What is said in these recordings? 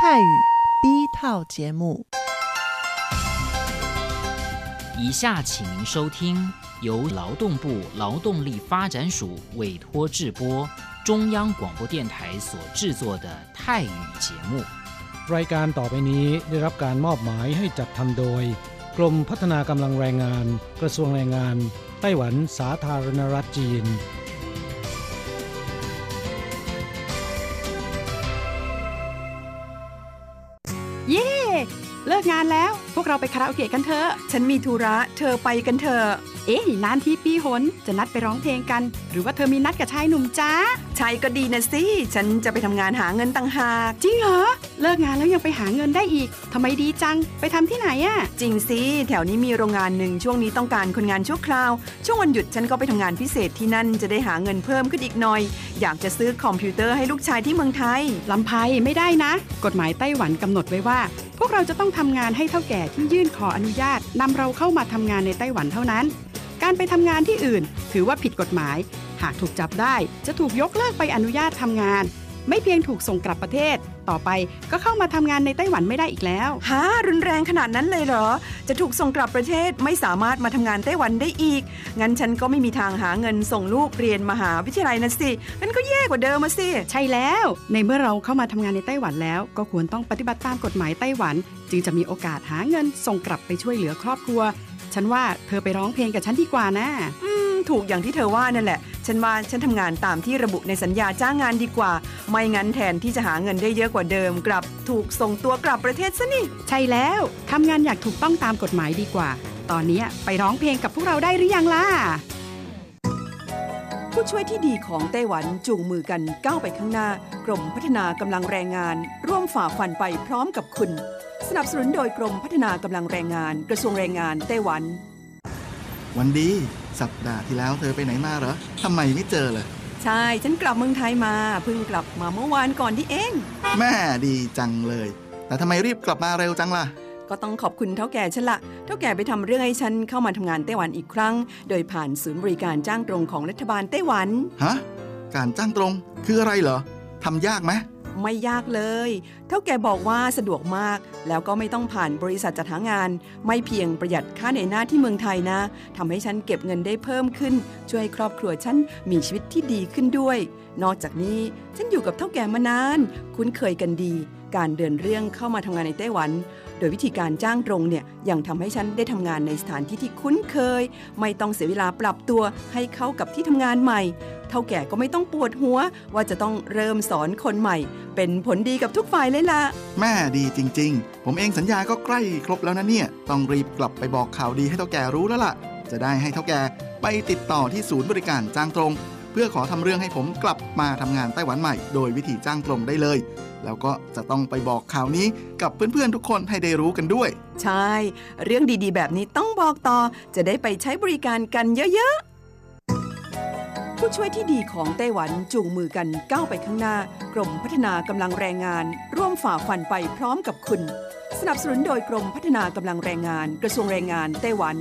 泰语 B 套节目。 以下请您收听由劳动部劳动力发展署委托制播中央广播电台所制作的泰语节目。 รายการต่อไปนี้ได้รับการมอบหมายให้จัดทำโดยกรมพัฒนากำลังแรงงานกระทรวงแรงงานไต้หวันสาธารณรัฐจีนเย้เลิกงานแล้วพวกเราไปคาราโอเกะกันเถอะฉันมีธุระเธอไปกันเถอะเอ๊ะนานทีปีหนจะนัดไปร้องเพลงกันหรือว่าเธอมีนัดกับชายหนุ่มจ้าชายก็ดีนะสิฉันจะไปทำงานหาเงินต่างหากจริงเหรอเลิกงานแล้วยังไปหาเงินได้อีกทำไมดีจังไปทำที่ไหนอะจริงสิแถวนี้มีโรงงานหนึ่งช่วงนี้ต้องการคนงานชั่วคราวช่วงวันหยุดฉันก็ไปทำงานพิเศษที่นั่นจะได้หาเงินเพิ่มขึ้นอีกหน่อยอยากจะซื้อคอมพิวเตอร์ให้ลูกชายที่เมืองไทยลำไพไม่ได้นะกฎหมายไต้หวันกำหนดไว้ว่าพวกเราจะต้องทำงานให้เฒ่าแก่ที่ยื่นขออนุญาตนำเราเข้ามาทำงานในไต้หวันเท่านั้นการไปทำงานที่อื่นถือว่าผิดกฎหมายหากถูกจับได้จะถูกยกเลิกใบอนุญาตทำงานไม่เพียงถูกส่งกลับประเทศต่อไปก็เข้ามาทำงานในไต้หวันไม่ได้อีกแล้วฮะรุนแรงขนาดนั้นเลยเหรอจะถูกส่งกลับประเทศไม่สามารถมาทำงานไต้หวันได้อีกงั้นฉันก็ไม่มีทางหาเงินส่งลูกเรียนมหาวิทยาลัยนะสิงั้นก็แย่กว่าเดิมมาสิใช่แล้วในเมื่อเราเข้ามาทำงานในไต้หวันแล้วก็ควรต้องปฏิบัติตามกฎหมายไต้หวันจึงจะมีโอกาสหาเงินส่งกลับไปช่วยเหลือครอบครัวฉันว่าเธอไปร้องเพลงกับฉันดีกว่านะถูกอย่างที่เธอว่านั่นแหละฉันว่าฉันทำงานตามที่ระบุในสัญญาจ้างงานดีกว่าไม่งั้นแทนที่จะหาเงินได้เยอะกว่าเดิมกลับถูกส่งตัวกลับประเทศซะนี่ใช่แล้วทำงานอยากถูกต้องตามกฎหมายดีกว่าตอนนี้ไปร้องเพลงกับพวกเราได้หรือยังล่ะผู้ช่วยที่ดีของไต้หวันจูงมือกันก้าวไปข้างหน้ากรมพัฒนากำลังแรงงานร่วมฝ่าฟันไปพร้อมกับคุณสนับสนุนโดยกรมพัฒนากำลังแรงงานกระทรวงแรงงานไต้หวันวันดีสัปดาห์ที่แล้วเธอไปไหนมาเหรอทำไมไม่เจอเลยใช่ฉันกลับเมืองไทยมาเพิ่งกลับมาเมื่อวานก่อนที่เองแม่ดีจังเลยแต่ทำไมรีบกลับมาเร็วจังล่ะก็ต้องขอบคุณเฒ่าแก่ฉันละเฒ่าแก่ไปทำเรื่องให้ฉันเข้ามาทำงานไต้หวันอีกครั้งโดยผ่านศูนย์บริการจ้างตรงของรัฐบาลไต้หวันฮะการจ้างตรงคืออะไรเหรอทำยากไหมไม่ยากเลยเฒ่าแก่บอกว่าสะดวกมากแล้วก็ไม่ต้องผ่านบริษัทจัดหางานไม่เพียงประหยัดค่าเหนื่อยหน้าที่เมืองไทยนะทำให้ฉันเก็บเงินได้เพิ่มขึ้นช่วยให้ครอบครัวฉันมีชีวิตที่ดีขึ้นด้วยนอกจากนี้ฉันอยู่กับเฒ่าแก่มานานคุ้นเคยกันดีการเดินเรื่องเข้ามาทำงานในไต้หวันโดยวิธีการจ้างตรงเนี่ยยังทำให้ฉันได้ทำงานในสถานที่ที่คุ้นเคยไม่ต้องเสียเวลาปรับตัวให้เข้ากับที่ทำงานใหม่เฒ่าแก่ก็ไม่ต้องปวดหัวว่าจะต้องเริ่มสอนคนใหม่เป็นผลดีกับทุกฝ่ายเลยล่ะแม่ดีจริงๆผมเองสัญญาก็ใกล้ครบแล้วนะเนี่ยต้องรีบกลับไปบอกข่าวดีให้เฒ่าแก่รู้แล้วล่ะจะได้ให้เฒ่าแก่ไปติดต่อที่ศูนย์บริการจ้างตรงเพื่อขอทำเรื่องให้ผมกลับมาทำงานไต้หวันใหม่โดยวิธีจ้างตรงได้เลยแล้วก็จะต้องไปบอกข่าวนี้กับเพื่อนๆทุกคนให้ได้รู้กันด้วยใช่เรื่องดีๆแบบนี้ต้องบอกต่อจะได้ไปใช้บริการกันเยอะๆผู้ช่วยที่ดีของไต้หวันจูงมือกันก้าวไปข้างหน้ากรมพัฒนากำลังแรงงานร่วมฝ่าฟันไปพร้อมกับคุณสนับสนุนโดยกรมพัฒนากำลังแรงงานกระทรวงแรงงานไต้หวัน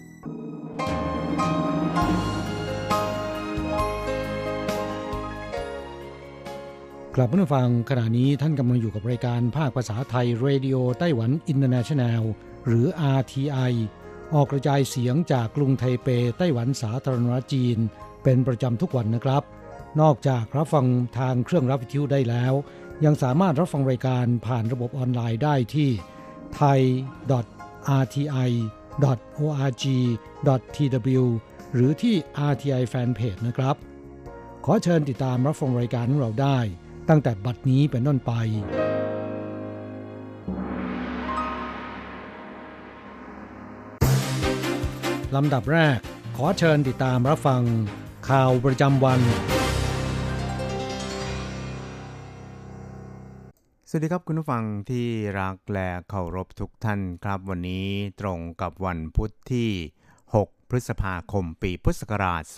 กลับมาฟังขณะนี้ท่านกำลังอยู่กับรายการภาคภาษาไทยเรดิโอไต้หวันอินเตอร์เนชั่นแนลหรือ RTI ออกกระจายเสียงจากกรุงไทเปไต้หวันสาธารณรัฐจีนเป็นประจำทุกวันนะครับนอกจากรับฟังทางเครื่องรับวิทยุได้แล้วยังสามารถรับฟังรายการผ่านระบบออนไลน์ได้ที่ thai.rti.org.tw หรือที่ RTI Fanpage นะครับขอเชิญติดตามรับฟังรายการของเราได้ตั้งแต่บัดนี้เป็นต้นไปลำดับแรกขอเชิญติดตามรับฟังข่าวประจำวันสวัสดีครับคุณผู้ฟังที่รักและเคารพทุกท่านครับวันนี้ตรงกับวันพุธที่6พฤษภาคมปีพุทธศักราช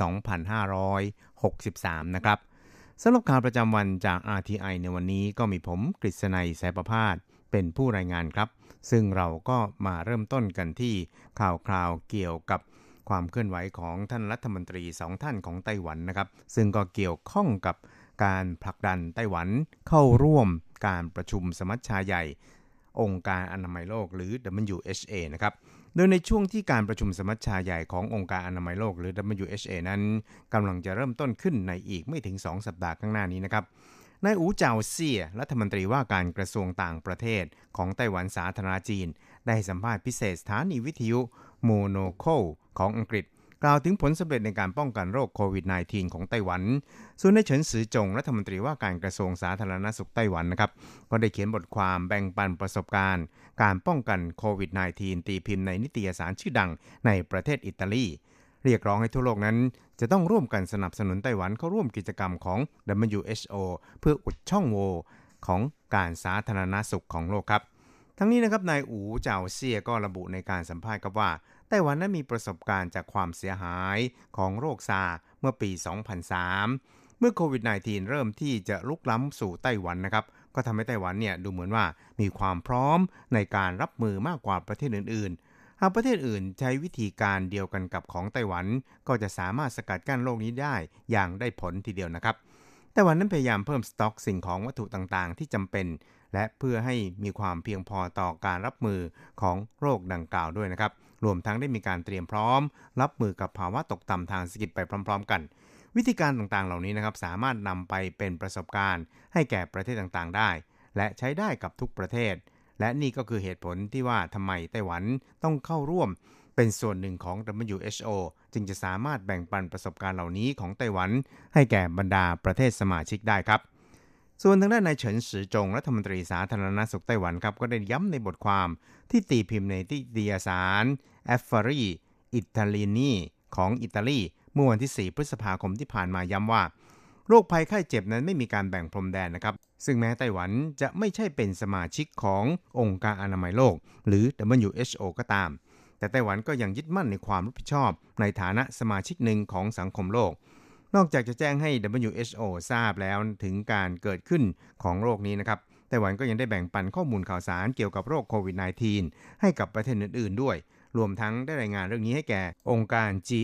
2563นะครับสำหรับข่าวประจำวันจาก RTI ในวันนี้ก็มีผมกฤษณัยสายประภาสเป็นผู้รายงานครับซึ่งเราก็มาเริ่มต้นกันที่ข่าวคราวเกี่ยวกับความเคลื่อนไหวของท่านรัฐมนตรี2ท่านของไต้หวันนะครับซึ่งก็เกี่ยวข้องกับการผลักดันไต้หวันเข้าร่วมการประชุมสมัชชาใหญ่องค์การอนามัยโลกหรือ WHO นะครับโดยในช่วงที่การประชุมสมัชชาใหญ่ขององค์การอนามัยโลกหรือ WHO นั้นกำลังจะเริ่มต้นขึ้นในอีกไม่ถึง2สัปดาห์ข้างหน้านี้นะครับนายอู่เจาเซี่ยรัฐมนตรีว่าการกระทรวงต่างประเทศของไต้หวันสาธารณรัฐจีนได้สัมภาษณ์พิเศษสถานีวิทยุโมโนโคลของอังกฤษกล่าวถึงผลสำเร็จในการป้องกันโรคโควิด -19 ของไต้หวันส่วนนายเฉินซือจงรัฐมนตรีว่าการกระทรวงสาธารณสุขไต้หวันนะครับก็ได้เขียนบทความแบ่งปันประสบการณ์การป้องกันโควิด -19 ตีพิมพ์ในนิตยสารชื่อดังในประเทศอิตาลีเรียกร้องให้ทั่วโลกนั้นจะต้องร่วมกันสนับสนุนไต้หวันเข้าร่วมกิจกรรมของ WHO เพื่ออุดช่องโหว่ของการสาธารณสุขของโลกครับทั้งนี้นะครับนายอู่เจาเซี่ยก็ระบุในการสัมภาษณ์ครับว่าไต้หวันนั้นมีประสบการณ์จากความเสียหายของโรคซาร์เมื่อปี 2003 เมื่อโควิด -19 เริ่มที่จะลุกล้ำสู่ไต้หวันนะครับก็ทำให้ไต้หวันเนี่ยดูเหมือนว่ามีความพร้อมในการรับมือมากกว่าประเทศอื่นๆหากประเทศอื่นใช้วิธีการเดียวกันกับของไต้หวันก็จะสามารถสกัดกั้นโรคนี้ได้อย่างได้ผลทีเดียวนะครับไต้หวันนั้นพยายามเพิ่มสต็อกสิ่งของวัตถุต่างๆที่จำเป็นและเพื่อให้มีความเพียงพอต่อการรับมือของโรคดังกล่าวด้วยนะครับรวมทั้งได้มีการเตรียมพร้อมรับมือกับภาวะตกต่ำทางเศรษฐกิจไปพร้อมๆกันวิธีการต่างๆเหล่านี้นะครับสามารถนำไปเป็นประสบการณ์ให้แก่ประเทศต่างๆได้และใช้ได้กับทุกประเทศและนี่ก็คือเหตุผลที่ว่าทำไมไต้หวันต้องเข้าร่วมเป็นส่วนหนึ่งของ WHO จึงจะสามารถแบ่งปันประสบการณ์เหล่านี้ของไต้หวันให้แก่บรรดาประเทศสมาชิกได้ครับส่วนทางด้านนายเฉินซือจงรัฐมนตรีสาธารณสุขไต้หวันครับก็ได้ย้ำในบทความที่ตีพิมพ์ในนิตยสาร Affari Italiani ของอิตาลีเมื่อวันที่4พฤษภาคมที่ผ่านมาย้ำว่าโรคภัยไข้เจ็บนั้นไม่มีการแบ่งพรมแดนนะครับซึ่งแม้ไต้หวันจะไม่ใช่เป็นสมาชิกขององค์การอนามัยโลกหรือ WHO ก็ตามแต่ไต้หวันก็ยังยึดมั่นในความรับผิดชอบในฐานะสมาชิกหนึ่งของสังคมโลกนอกจากจะแจ้งให้ WHO ทราบแล้วถึงการเกิดขึ้นของโรคนี้นะครับไต้หวันก็ยังได้แบ่งปันข้อมูลข่าวสารเกี่ยวกับโรคโควิด -19 ให้กับประเทศอื่นๆด้วยรวมทั้งได้รายงานเรื่องนี้ให้แก่องค์การ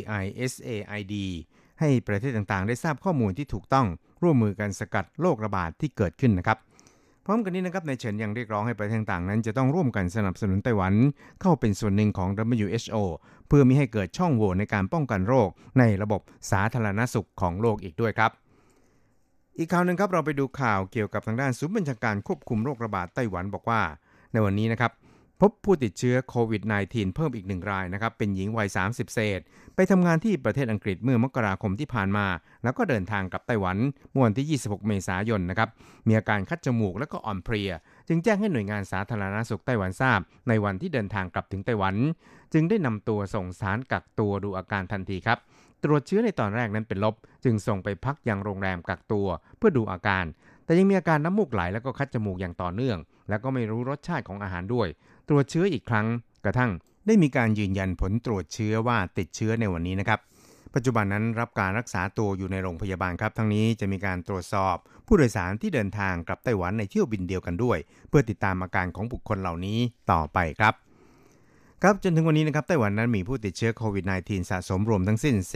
GISAID ให้ประเทศต่างๆได้ทราบข้อมูลที่ถูกต้องร่วมมือกันสกัดโรคระบาดที่เกิดขึ้นนะครับพร้อมกันนี้นะครับนายเฉินยังเรียกร้องให้ประเทศต่างๆนั้นจะต้องร่วมกันสนับสนุนไต้หวันเข้าเป็นส่วนหนึ่งของ WHO เพื่อมิให้เกิดช่องโหว่ในการป้องกันโรคในระบบสาธารณสุขของโลกอีกด้วยครับอีกข่าวนึงครับเราไปดูข่าวเกี่ยวกับทางด้านศูนย์บัญชาการควบคุมโรคระบาดไต้หวันบอกว่าในวันนี้นะครับพบผู้ติดเชื้อโควิด -19 เพิ่มอีก1รายนะครับเป็นหญิงวัย30เศษไปทำงานที่ประเทศอังกฤษเมื่อมกราคมที่ผ่านมาแล้วก็เดินทางกลับไต้หวันเมื่อวันที่26เมษายนนะครับมีอาการคัดจมูกและก็อ่อนเพลียจึงแจ้งให้หน่วยงานสาธารณสุขไต้หวันทราบในวันที่เดินทางกลับถึงไต้หวันจึงได้นำตัวส่งสถานกักตัวดูอาการทันทีครับตรวจเชื้อในตอนแรกนั้นเป็นลบจึงส่งไปพักยังโรงแรมกักตัวเพื่อดูอาการแต่ยังมีอาการน้ำมูกไหลและก็คัดจมูกอย่างต่อเนื่องและก็ไม่รู้รสชาติของอาหารด้วยตรวจเชื้ออีกครั้งกระทั่งได้มีการยืนยันผลตรวจเชื้อว่าติดเชื้อในวันนี้นะครับปัจจุบันนั้นรับการรักษาตัวอยู่ในโรงพยาบาลครับทั้งนี้จะมีการตรวจสอบผู้โดยสารที่เดินทางกลับไต้หวันในเที่ยวบินเดียวกันด้วยเพื่อติดตามอาการของบุคคลเหล่านี้ต่อไปครับจนถึงวันนี้นะครับไต้หวันนั้นมีผู้ติดเชื้อโควิด -19 สะสมรวมทั้งสิ้น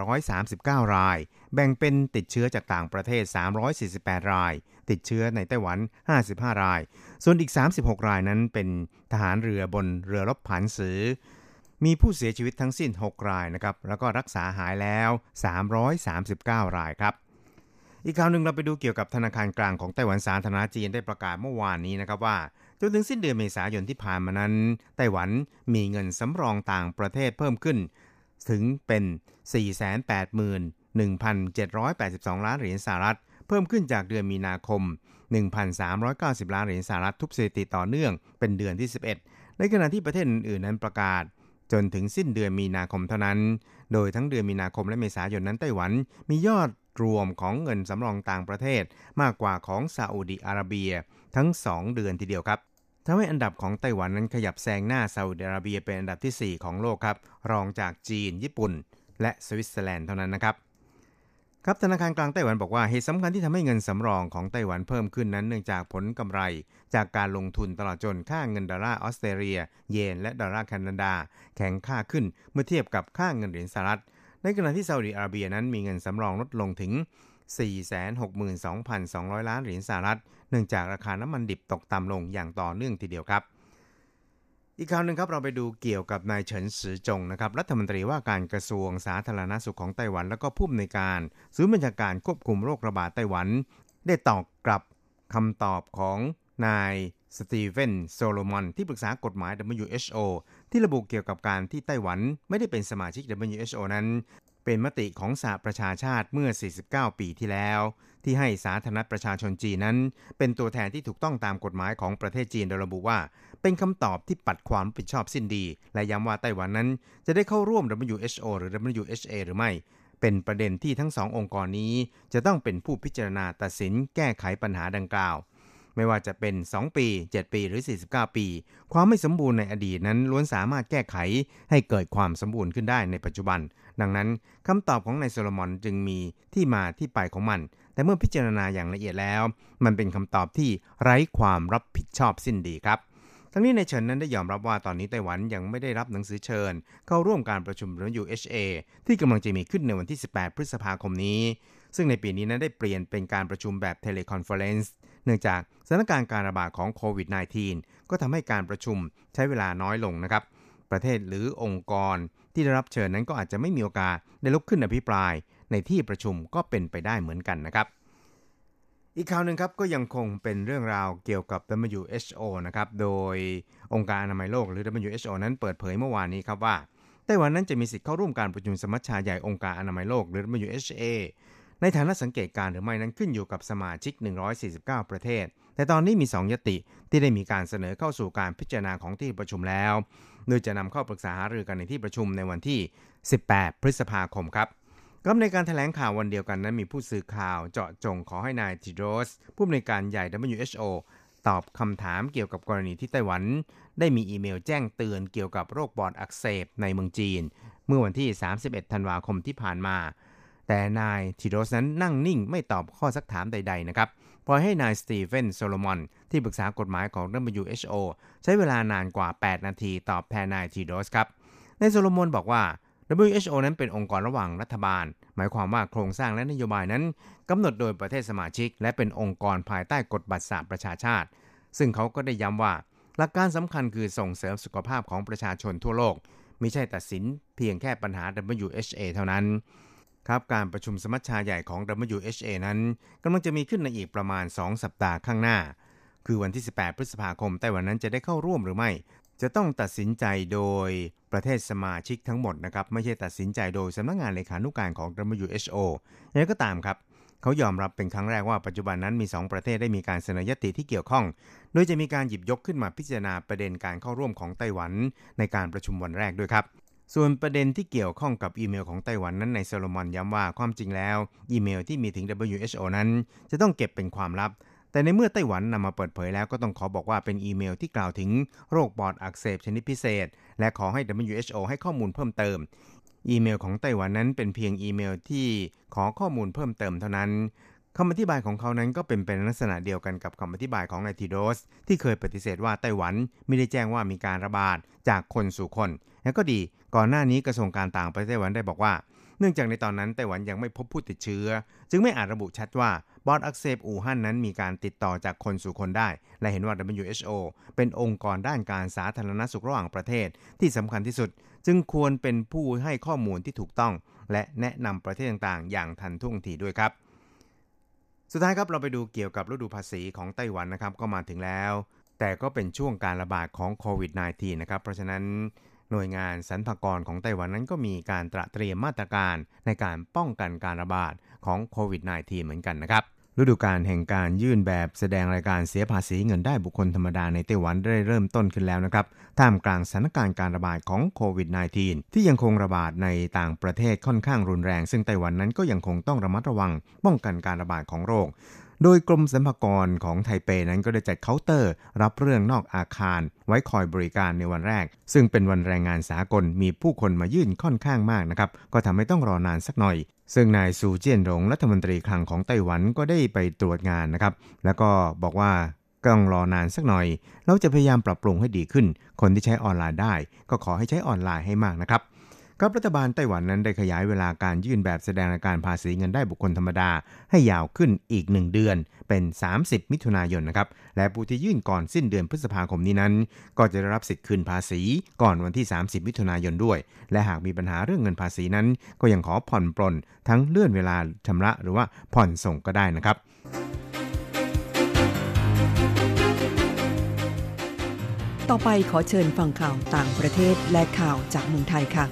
439รายแบ่งเป็นติดเชื้อจากต่างประเทศ348รายติดเชื้อในไต้หวัน55รายส่วนอีก36รายนั้นเป็นทหารเรือบนเรือรบผานซือมีผู้เสียชีวิตทั้งสิ้น6รายนะครับแล้วก็รักษาหายแล้ว339รายครับอีกข่าวนึงเราไปดูเกี่ยวกับธนาคารกลางของไต้หวันสาธารณรัฐจีนได้ประกาศเมื่อวานนี้นะครับว่าจนถึงสิ้นเดือนเมษายนที่ผ่านมานั้นไต้หวันมีเงินสำรองต่างประเทศเพิ่มขึ้นถึงเป็น 481,782 ล้านเหรียญสหรัฐเพิ่มขึ้นจากเดือนมีนาคม 1,390 ล้านเหรียญสหรัฐทุบสถิติต่อเนื่องเป็นเดือนที่11ในขณะที่ประเทศอื่นๆนั้นประกาศจนถึงสิ้นเดือนมีนาคมเท่านั้นโดยทั้งเดือนมีนาคมและเมษายนนั้นไต้หวันมียอดรวมของเงินสำรองต่างประเทศมากกว่าของซาอุดิอาระเบียทั้ง2เดือนทีเดียวครับทำให้อันดับของไต้หวันนั้นขยับแซงหน้าซาอุดิอาระเบียเป็นอันดับที่4ของโลกครับรองจากจีนญี่ปุ่นและสวิตเซอร์แลนด์เท่านั้นนะครับธนาคารกลางไต้หวันบอกว่าเหตุสำคัญที่ทำให้เงินสำรองของไต้หวันเพิ่มขึ้นนั้นเนื่องจากผลกำไรจากการลงทุนตลอดจนค่าเงินดอลลาร์ออสเตรเลียเยนและดอลลาร์แคนาดาแข็งค่าขึ้นเมื่อเทียบกับค่าเงินเหรียญสหรัฐในขณะที่ซาอุดิอาระเบียนั้นมีเงินสำรองลดลงถึง 462,200 ล้านเหรียญสหรัฐเนื่องจากราคาน้ำมันดิบตกต่ำลงอย่างต่อเนื่องทีเดียวครับอีกข่าวหนึ่งครับเราไปดูเกี่ยวกับนายเฉินซือจงนะครับรัฐมนตรีว่าการกระทรวงสาธารณสุขของไต้หวันแล้วก็ผู้อำนวยการศูนย์บัญชาการควบคุมโรคระบาดไต้หวันได้ตอบกลับคำตอบของนายสตีเฟนโซโลมอนที่ปรึกษากฎหมาย WHO ที่ระบุเกี่ยวกับการที่ไต้หวันไม่ได้เป็นสมาชิก WHO นั้นเป็นมติของสหประชาชาติเมื่อ49ปีที่แล้วที่ให้สาธารณประชาชนจีนนั้นเป็นตัวแทนที่ถูกต้องตามกฎหมายของประเทศจีนโดยระบุว่าเป็นคำตอบที่ปัดความรับผิดชอบสิ้นดีและย้ำว่าไต้หวันนั้นจะได้เข้าร่วม WHO หรือ WHA หรือไม่เป็นประเด็นที่ทั้งสององค์กรนี้จะต้องเป็นผู้พิจารณาตัดสินแก้ไขปัญหาดังกล่าวไม่ว่าจะเป็น2ปี7ปีหรือ49ปีความไม่สมบูรณ์ในอดีตนั้นล้วนสามารถแก้ไขให้เกิดความสมบูรณ์ขึ้นได้ในปัจจุบันดังนั้นคำตอบของนายโซโลมอนจึงมีที่มาที่ไปของมันแต่เมื่อพิจารณาอย่างละเอียดแล้วมันเป็นคำตอบที่ไร้ความรับผิดชอบสิ้นดีครับทั้งนี้นายเฉินนั้นได้ยอมรับว่าตอนนี้ไต้หวันยังไม่ได้รับหนังสือเชิญเข้าร่วมการประชุม WHA ที่กำลังจะมีขึ้นในวันที่18พฤษภาคมนี้ซึ่งในปีนี้นั้นได้เปลี่ยนเป็นการประชุมแบบเทเลคอนเฟอเรนซ์เนื่องจากสถานการณ์การระบาดของโควิด -19 ก็ทำให้การประชุมใช้เวลาน้อยลงนะครับประเทศหรือองค์กรที่ได้รับเชิญนั้นก็อาจจะไม่มีโอกาสได้ลุกขึ้นอภิปรายในที่ประชุมก็เป็นไปได้เหมือนกันนะครับอีกข่าวหนึ่งครับก็ยังคงเป็นเรื่องราวเกี่ยวกับ WHO นะครับโดยองค์การอนามัยโลกหรือ WHO นั้นเปิดเผยเมื่อวานนี้ครับว่าไต้หวันนั้นจะมีสิทธิ์เข้าร่วมการประชุมสมัชชาใหญ่องค์การอนามัยโลกหรือ WHA ในฐานะสังเกตการณ์หรือไม่นั้นขึ้นอยู่กับสมาชิก149ประเทศแต่ตอนนี้มี2ยติที่ได้มีการเสนอเข้าสู่การพิจารณาของที่ประชุมแล้วโดยจะนำเข้าปรึกษาหารือกันในที่ประชุมในวันที่18พฤษภาคมครับก็ในการแถลงข่าววันเดียวกันนั้นมีผู้สื่อข่าวเจาะจงขอให้นายเทโดรสผู้อำนวยการใหญ่ WHO ตอบคำถามเกี่ยวกับกรณีที่ไต้หวันได้มีอีเมลแจ้งเตือนเกี่ยวกับโรคปอดอักเสบในเมืองจีนเมื่อวันที่31ธันวาคมที่ผ่านมาแต่นายเทโดรสนั้นนั่งนิ่งไม่ตอบข้อซักถามใดๆนะครับปล่อยให้นายสตีเฟนโซโลมอนที่ปรึกษากฎหมายของ WHO ใช้เวลานานกว่า8นาทีตอบแทนนายเทโดรสครับนายโซโลมอนบอกว่า WHO นั้นเป็นองค์กรระหว่างรัฐบาลหมายความว่าโครงสร้างและนโยบายนั้นกำหนดโดยประเทศสมาชิกและเป็นองค์กรภายใต้กฎบัตรสหประชาชาติซึ่งเขาก็ได้ย้ำว่าหลักการสำคัญคือส่งเสริมสุขภาพของประชาชนทั่วโลกไม่ใช่ตัดสินเพียงแค่ปัญหา WHA เท่านั้นครับการประชุมสมัชชาใหญ่ของ WHA นั้นกำลังจะมีขึ้นในอีกประมาณ2สัปดาห์ข้างหน้าคือวันที่18พฤษภาคมไต้หวันนั้นจะได้เข้าร่วมหรือไม่จะต้องตัดสินใจโดยประเทศสมาชิกทั้งหมดนะครับไม่ใช่ตัดสินใจโดยสำนักงานเลขานุการของ WHO อย่างไรก็ตามครับเขายอมรับเป็นครั้งแรกว่าปัจจุบันนั้นมี2ประเทศได้มีการเสนอยติที่เกี่ยวข้องโดยจะมีการหยิบยกขึ้นมาพิจารณาประเด็นการเข้าร่วมของไต้หวันในการประชุมวันแรกด้วยครับส่วนประเด็นที่เกี่ยวข้องกับอีเมลของไต้หวันนั้นในโซโลมอนย้ำว่าความจริงแล้วอีเมลที่มีถึง WHO นั้นจะต้องเก็บเป็นความลับแต่ในเมื่อไต้หวันนำมาเปิดเผยแล้วก็ต้องขอบอกว่าเป็นอีเมลที่กล่าวถึงโรคปอดอักเสบชนิดพิเศษและขอให้ WHO ให้ข้อมูลเพิ่มเติมอีเมลของไต้หวันนั้นเป็นเพียงอีเมลที่ขอข้อมูลเพิ่มเติมเท่านั้นคำอธิบายของเขานั้นก็เป็นลักษณะเดียวกันกับคำอธิบายของนายทีโดสที่เคยปฏิเสธว่าไต้หวันไม่ได้แจ้งว่ามีการระบาดจากคนสู่คนและก็ดีก่อนหน้านี้กระทรวงการต่างประเทศไต้หวันได้บอกว่าเนื่องจากในตอนนั้นไต้หวันยังไม่พบผู้ติดเชื้อจึงไม่อาจระบุชัดว่าปอดอักเสบอู่ฮั่นนั้นมีการติดต่อจากคนสู่คนได้และเห็นว่า WHO เป็นองค์กรด้านการสาธารณสุขระหว่างประเทศที่สำคัญที่สุดจึงควรเป็นผู้ให้ข้อมูลที่ถูกต้องและแนะนำประเทศต่างๆอย่างทันท่วงทีด้วยครับสุดท้ายครับเราไปดูเกี่ยวกับฤดูภาษีของไต้หวันนะครับก็มาถึงแล้วแต่ก็เป็นช่วงการระบาดของโควิด -19 นะครับเพราะฉะนั้นหน่วยงานสรรพากรของไต้หวันนั้นก็มีการตระเตรียมมาตรการในการป้องกันการระบาดของโควิด -19 เหมือนกันนะครับฤดูกาลแห่งการยื่นแบบแสดงรายการเสียภาษีเงินได้บุคคลธรรมดาในไต้หวันได้เริ่มต้นขึ้นแล้วนะครับท่ามกลางสถานการณ์การระบาดของโควิด -19 ที่ยังคงระบาดในต่างประเทศค่อนข้างรุนแรงซึ่งไต้หวันนั้นก็ยังคงต้องระมัดระวังป้องกันการระบาดของโรคโดยกรมสรรพากรของไทเปนั้นก็ได้จัดเคาน์เตอร์รับเรื่องนอกอาคารไว้คอยบริการในวันแรกซึ่งเป็นวันแรงงานสากลมีผู้คนมายื่นค่อนข้างมากนะครับก็ทำให้ต้องรอนานสักหน่อยซึ่งนายซูเจี้ยนหลงรัฐมนตรีคลังของไต้หวันก็ได้ไปตรวจงานนะครับแล้วก็บอกว่าต้องรอนานสักหน่อยเราจะพยายามปรับปรุงให้ดีขึ้นคนที่ใช้ออนไลน์ได้ก็ขอให้ใช้ออนไลน์ให้มากนะครับครับรัฐบาลไต้หวันนั้นได้ขยายเวลาการยื่นแบบแสดงอาการภาษีเงินได้บุคคลธรรมดาให้ยาวขึ้นอีก1เดือนเป็น30มิถุนายนนะครับและผู้ที่ยื่นก่อนสิ้นเดือนพฤษภาคมนี้นั้นก็จะได้รับสิทธิ์คืนภาษีก่อนวันที่30มิถุนายนด้วยและหากมีปัญหาเรื่องเงินภาษีนั้นก็ยังขอผ่อนปลนทั้งเลื่อนเวลาชำระหรือว่าผ่อนส่งก็ได้นะครับต่อไปขอเชิญฟังข่าวต่างประเทศและข่าวจากเมืองไทยค่ะ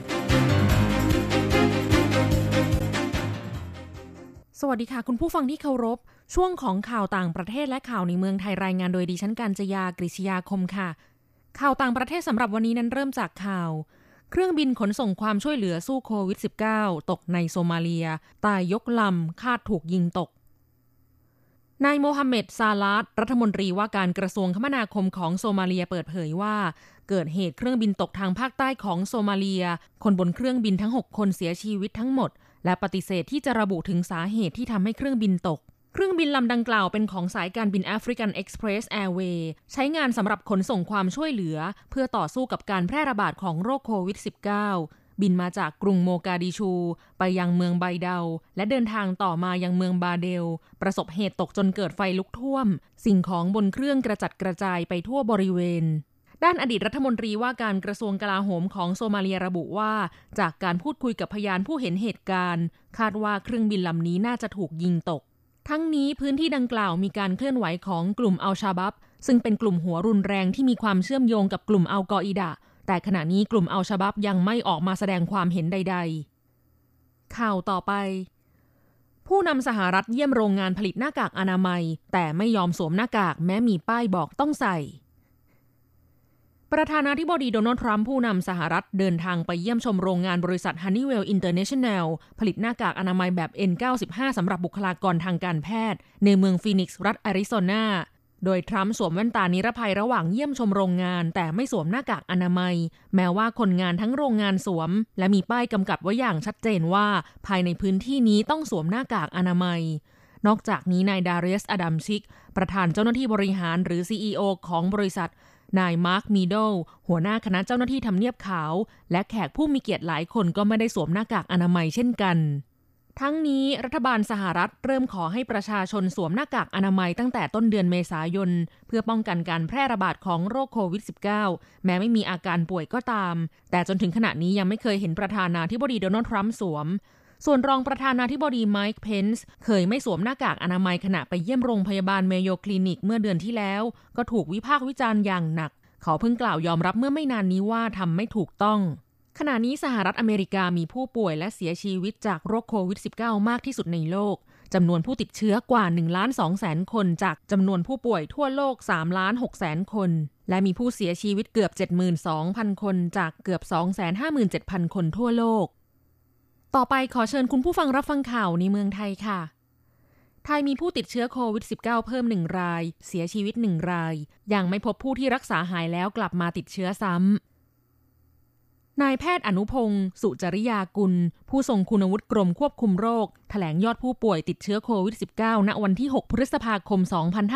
สวัสดีค่ะคุณผู้ฟังที่เคารพช่วงของข่าวต่างประเทศและข่าวในเมืองไทยรายงานโดยดิฉันกัญจยากฤษยาคมค่ะข่าวต่างประเทศสำหรับวันนี้นั้นเริ่มจากข่าวเครื่องบินขนส่งความช่วยเหลือสู้โควิด -19 ตกในโซมาเลียตายยกลำคาดถูกยิงตกนายโมฮัมเหม็ด ซาลาดรัฐมนตรีว่าการกระทรวงคมนาคมของโซมาเลียเปิดเผยว่าเกิดเหตุเครื่องบินตกทางภาคใต้ของโซมาเลียคนบนเครื่องบินทั้ง6คนเสียชีวิตทั้งหมดและปฏิเสธที่จะระบุถึงสาเหตุที่ทำให้เครื่องบินตกเครื่องบินลำดังกล่าวเป็นของสายการบิน African Express Airways ใช้งานสำหรับขนส่งความช่วยเหลือเพื่อต่อสู้กับการแพร่ระบาดของโรคโควิด -19 บินมาจากกรุงโมกาดิชูไปยังเมืองไบเดาและเดินทางต่อมายังเมืองบาเดลประสบเหตุตกจนเกิดไฟลุกท่วมสิ่งของบนเครื่องกระจัดกระจายไปทั่วบริเวณด้านอดีตรัฐมนตรีว่าการกระทรวงกลาโหมของโซมาเลียระบุว่าจากการพูดคุยกับพยานผู้เห็นเหตุการณ์คาดว่าเครื่องบินลำนี้น่าจะถูกยิงตกทั้งนี้พื้นที่ดังกล่าวมีการเคลื่อนไหวของกลุ่มอัลชาบับซึ่งเป็นกลุ่มหัวรุนแรงที่มีความเชื่อมโยงกับกลุ่มอัลกออิดะแต่ขณะนี้กลุ่มอัลชาบับยังไม่ออกมาแสดงความเห็นใดๆข่าวต่อไปผู้นำสหรัฐเยี่ยมโรงงานผลิตหน้ากากอนามัยแต่ไม่ยอมสวมหน้ากากแม้มีป้ายบอกต้องใส่ประธานาธิบดีโดนัลด์ทรัมป์ผู้นำสหรัฐเดินทางไปเยี่ยมชมโรงงานบริษัท Honeywell International ผลิตหน้ากากอนามัยแบบ N95 สำหรับบุคลากรทางการแพทย์ในเมืองฟีนิกซ์รัฐแอริโซนาโดยทรัมป์สวมแว่นตานิรภัยระหว่างเยี่ยมชมโรงงานแต่ไม่สวมหน้ากากอนามัยแม้ว่าคนงานทั้งโรงงานสวมและมีป้ายกำกับไว้อย่างชัดเจนว่าภายในพื้นที่นี้ต้องสวมหน้ากากอนามัยนอกจากนี้นายดาเรียส อดัมชิกประธานเจ้าหน้าที่บริหารหรือ CEO ของบริษัทนายมาร์ค มีโดลหัวหน้าคณะเจ้าหน้าที่ทำเนียบขาวและแขกผู้มีเกียรติหลายคนก็ไม่ได้สวมหน้ากากอนามัยเช่นกันทั้งนี้รัฐบาลสหรัฐเริ่มขอให้ประชาชนสวมหน้ากากอนามัยตั้งแต่ต้นเดือนเมษายนเพื่อป้องกันการแพร่ระบาดของโรคโควิด -19 แม้ไม่มีอาการป่วยก็ตามแต่จนถึงขณะนี้ยังไม่เคยเห็นประธานาธิบดีโดนัลด์ทรัมป์สวมส่วนรองประธานาธิบดีไมค์ เพนซ์เคยไม่สวมหน้ากากอนามัยขณะไปเยี่ยมโรงพยาบาลเมโยคลินิกเมื่อเดือนที่แล้วก็ถูกวิพากษ์วิจารณ์อย่างหนักเขาเพิ่งกล่าวยอมรับเมื่อไม่นานนี้ว่าทำไม่ถูกต้องขณะนี้สหรัฐอเมริกามีผู้ป่วยและเสียชีวิตจากโรคโควิด -19 มากที่สุดในโลกจำนวนผู้ติดเชื้อกว่า 1,200,000 คนจากจำนวนผู้ป่วยทั่วโลก 3,600,000 คนและมีผู้เสียชีวิตเกือบ 72,000 คนจากเกือบ 257,000 คนทั่วโลกต่อไปขอเชิญคุณผู้ฟังรับฟังข่าวในเมืองไทยค่ะไทยมีผู้ติดเชื้อโควิด -19 เพิ่ม1รายเสียชีวิต1รายยังไม่พบผู้ที่รักษาหายแล้วกลับมาติดเชื้อซ้ำนายแพทย์อนุพงศ์สุจริยากุลผู้ทรงคุณวุฒิกรมควบคุมโรคแถลงยอดผู้ป่วยติดเชื้อโควิด -19 ณ วันที่ 6 พฤษภาคม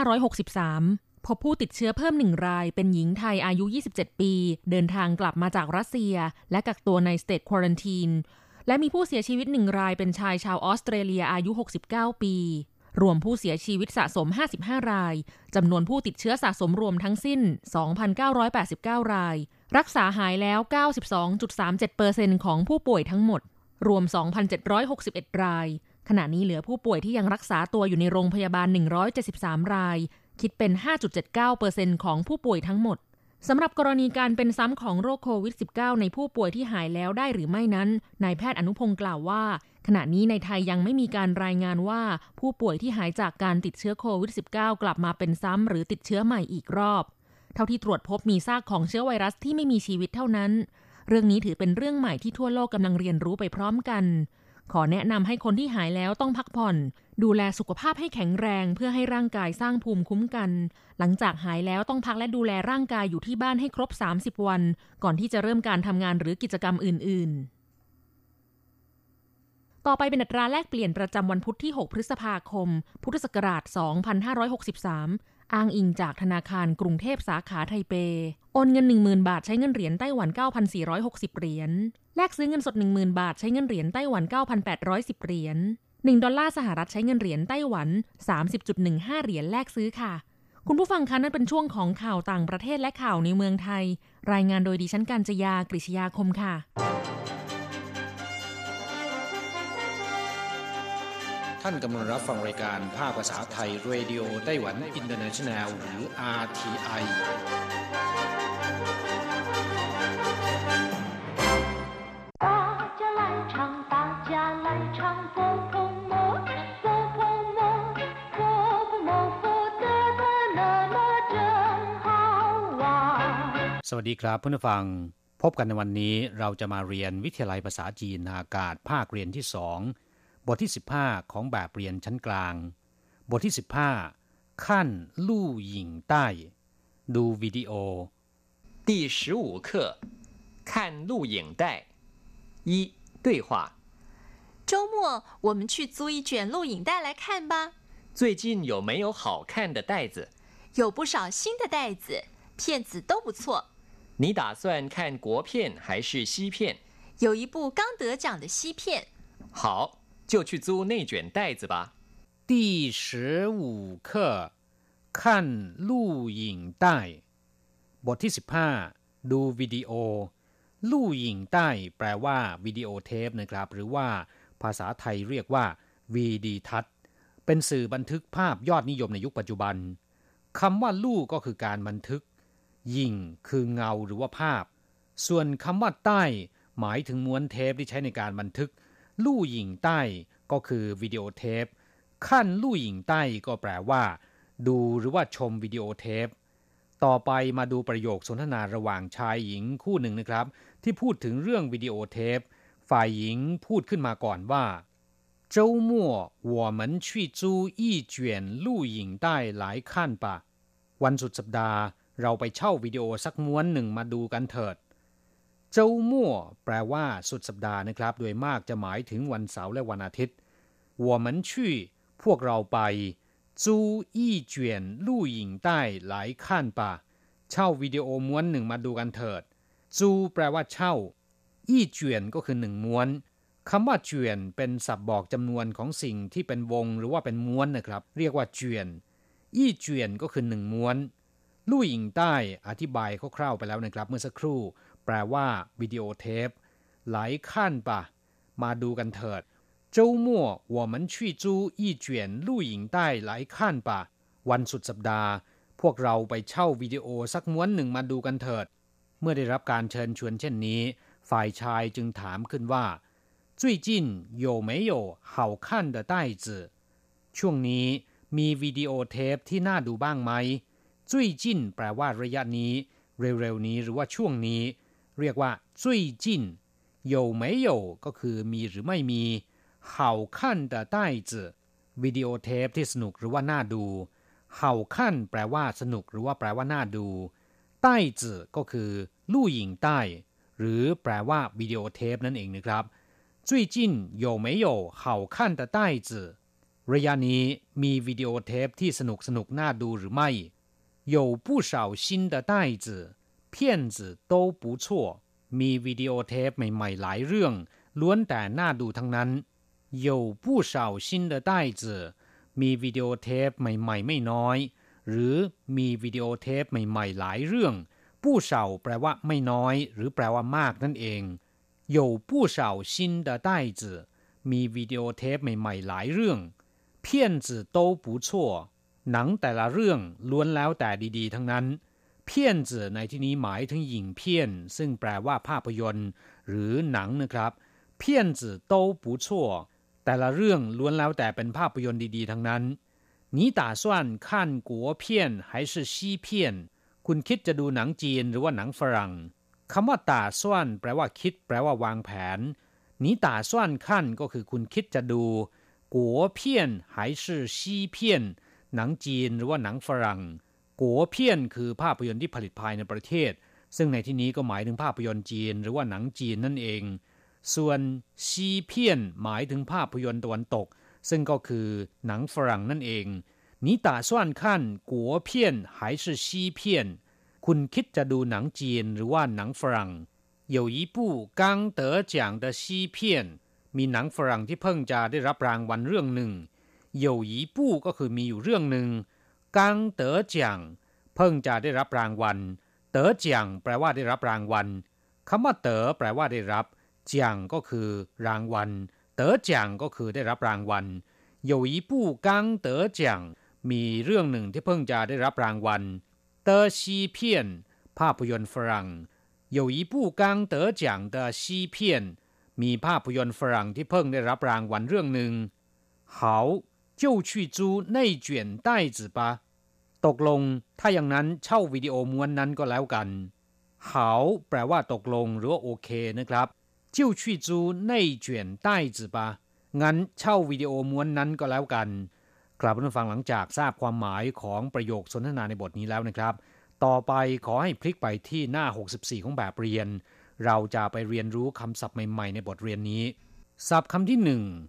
2563 พบผู้ติดเชื้อเพิ่ม1รายเป็นหญิงไทยอายุ 27 ปีเดินทางกลับมาจากรัสเซียและกักตัวใน State Quarantine และมีผู้เสียชีวิต1รายเป็นชายชาวออสเตรเลียอายุ 69 ปีรวมผู้เสียชีวิตสะสม55รายจำนวนผู้ติดเชื้อสะสมรวมทั้งสิ้น 2,989 รายรักษาหายแล้ว 92.37% ของผู้ป่วยทั้งหมดรวม 2,761 รายขณะนี้เหลือผู้ป่วยที่ยังรักษาตัวอยู่ในโรงพยาบาล173รายคิดเป็น 5.79% ของผู้ป่วยทั้งหมดสำหรับกรณีการเป็นซ้ำของโรคโควิด -19 ในผู้ป่วยที่หายแล้วได้หรือไม่นั้นนายแพทย์อนุพงศ์กล่าวว่าขณะนี้ในไทยยังไม่มีการรายงานว่าผู้ป่วยที่หายจากการติดเชื้อโควิด -19 กลับมาเป็นซ้ำหรือติดเชื้อใหม่อีกรอบเท่าที่ตรวจพบมีซากของเชื้อไวรัสที่ไม่มีชีวิตเท่านั้นเรื่องนี้ถือเป็นเรื่องใหม่ที่ทั่วโลกกำลังเรียนรู้ไปพร้อมกันขอแนะนำให้คนที่หายแล้วต้องพักผ่อนดูแลสุขภาพให้แข็งแรงเพื่อให้ร่างกายสร้างภูมิคุ้มกันหลังจากหายแล้วต้องพักและดูแลร่างกายอยู่ที่บ้านให้ครบ30วันก่อนที่จะเริ่มการทำงานหรือกิจกรรมอื่นๆต่อไปเป็นอัตราแลกเปลี่ยนประจำวันพุธที่6พฤษภาคมพุทธศักราช2563 อ้างอิงจากธนาคารกรุงเทพสาขาไทเปโอนเงิน 10,000 บาทใช้เงินเหรียญไต้หวัน 9,460 เหรียญแลกซื้อเงินสด 10,000 บาทใช้เงินเหรียญไต้หวัน 9,810 เหรียญ1ดอลลาร์สหรัฐใช้เงินเหรียญไต้หวัน 30.15 เหรียญแลกซื้อค่ะคุณผู้ฟังคะนั่นเป็นช่วงของข่าวต่างประเทศและข่าวในเมืองไทยรายงานโดยดิฉันกาญจยากฤษยาคมค่ะท่านกำลังรับฟังรายการภาคภาษาไทยเรดิโอไต้หวันอินเตอร์เนชั่นแนลหรือ RTIสวัสดีครับเพื่อนผู้ฟังพบกันในวันนี้เราจะมาเรียนวิทยาลัยภาษาจีนอากาศภาคเรียนที่2บทที่15ของแบบเรียนชั้นกลางบทที่15ขั้นลู่หญิงใต้ดูวิดีโอ第15课看录影带一对话周末我们去租一卷录影带来看吧最近有没有好看的带子有不少新的带子片子都不错你打算看国片还是西片有一部刚得奖的西片好就去租那卷带子吧第15课ขั้นลู่หญิงใต้บทที่15ดูวิดีโอลู่หญิงใต้แปลว่าวิดีโอเทปนะครับหรือว่าภาษาไทยเรียกว่าวีดีทัศน์เป็นสื่อบันทึกภาพยอดนิยมในยุคปัจจุบันคำว่าลู่ก็คือการบันทึกหญิงคือเงาหรือว่าภาพส่วนคำว่าใต้หมายถึงม้วนเทปที่ใช้ในการบันทึกลู่หญิงใต้ก็คือวิดีโอเทปขั้นลู่หญิงใต้ก็แปลว่าดูหรือว่าชมวิดีโอเทปต่อไปมาดูประโยคสนทนาระหว่างชายหญิงคู่หนึ่งนะครับที่พูดถึงเรื่องวิดีโอเทปฝ่ายหญิงพูดขึ้นมาก่อนว่า周末我们去租一卷录影带来看吧วันสุดสัปดาห์เราไปเช่าวิดีโอสักม้วนหนึ่งมาดูกันเถิดเจ้ามั่วแปลว่าสุดสัปดาห์นะครับโดยมากจะหมายถึงวันเสาร์และวันอาทิตย์我们去พวกเราไป租一卷录影带来看吧เช่าวิดีโอม้วนหนึ่งมาดูกันเถิด租แปลว่าเช่าอีเจียนก็คือหนึ่งม้วนคำว่าเจียนเป็นศัพท์บอกจำนวนของสิ่งที่เป็นวงหรือว่าเป็นม้วนนะครับเรียกว่าเจียนอีเจียนก็คือหนึ่งม้วนลู่หญิงใต้อธิบายคร่าวๆไปแล้วนะครับเมื่อสักครู่แปลว่าวิดีโอเทปหลายขั้นปะมาดูกันเถิด周末我们去租一卷录影带来看吧วันสุดสัปดาห์พวกเราไปเช่าวิดีโอสักม้วนหนึ่งมาดูกันเถิดเมื่อได้รับการเชิญชวนเช่นนี้ฝ่ายชายจึงถามขึ้นว่า最近有没有好看的带子ช่วงนี้มีวิดีโอเทปที่น่าดูบ้างไหม最近แปลว่าระยะนี้เร็วๆนี้หรือว่าช่วงนี้เรียกว่า最近有没有ก็คือมีหรือไม่มี好看的带子วิดีโอเทปที่สนุกหรือว่าน่าดู好看แปลว่าสนุกหรือว่าแปลว่าน่าดู带子ก็คือลู่หญิงใต้หรือแปลว่าวิดีโอเทปนั่นเองนะครับ最近有没有好看的带子ระยะนี้มีวิดีโอเทปที่สนุกน่าดูหรือไม่有不少新的带子片子都不错มีวิดีโอเทปใหม่ๆหลายเรื่องล้วนแต่น่าดูทั้งนั้น有不少新的带子มีวิดีโอเทปใหม่ๆไม่น้อยหรือมีวิดีโอเทปใหม่ๆหลายเรื่องผู้เฉาแปลว่าไม่น้อยหรือแปลว่ามากนั่นเอง有不少新的带子มีวิดีโอเทปใหม่ๆหลายเรื่อง片子都不错หนังแต่ละเรื่องล้วนแล้วแต่ดีๆทั้งนั้นเพี้ยนจื่อในที่นี้หมายถึงหญิงเพี้ยนซึ่งแปลว่าภาพยนตร์หรือหนังนะครับเพี้ยนจื่อ都不错แต่ละเรื่องล้วนแล้วแต่เป็นภาพยนตร์ดีๆทั้งนั้น你打算看国片还是西片คุณคิดจะดูหนังจีนหรือว่าหนังฝรั่งคำว่า打算แปลว่าคิดแปลว่าวางแผน你打算看ก็คือคุณคิดจะดู国片还是西片หนังจีนหรือว่าหนังฝรั่งกัวเพี้ยนคือภาพยนตร์ที่ผลิตภายในประเทศซึ่งในที่นี้ก็หมายถึงภาพยนตร์จีนหรือว่าหนังจีนนั่นเองส่วนซีเพี้ยนหมายถึงภาพยนตร์ตะวันตกซึ่งก็คือหนังฝรั่งนั่นเอง你打算看国片还是西片คุณคิดจะดูหนังจีนหรือว่าหนังฝรั่ง有一部刚得奖的西片มีหนังฝรั่งที่เพิ่งจะได้รับรางวัลเรื่องหนึ่ง有一部ก็คือมีอยู่เรื่องหนึ่ง刚得奖เพิ่งจะได้รับรางวัลเต๋อเจียงแปลว่าได้รับรางวัลคำว่าเต๋อแปลว่าได้รับเจียงก็คือรางวัลเต๋อเจียงก็คือได้รับรางวัล有一部刚得奖มีเรื่องหนึ่งที่เพิ่งจะได้รับรางวัลเต๋อซีเพียนภาพยนตร์ฝรั่ง有一部刚得奖的西片มีภาพยนตร์ฝรั่งที่เพิ่งได้รับรางวัลเรื่องหนึ่ง好就去租内卷袋子吧ตกลงถ้าอย่างนั้นเช่าวิดีโอม้วนนั้นก็แล้วกัน好แปลว่าตกลงหรือว่าโอเคนะครับ就去租内卷袋子吧งั้นเช่าวิดีโอม้วนนั้นก็แล้วกันกลับมาฟังหลังจากทราบความหมายของประโยคสนทนาในบทนี้แล้วนะครับต่อไปขอให้พลิกไปที่หน้า64ของแบบเรียนเราจะไปเรียนรู้คำศัพท์ใหม่ๆในบทเรียนนี้ศัพท์คำที่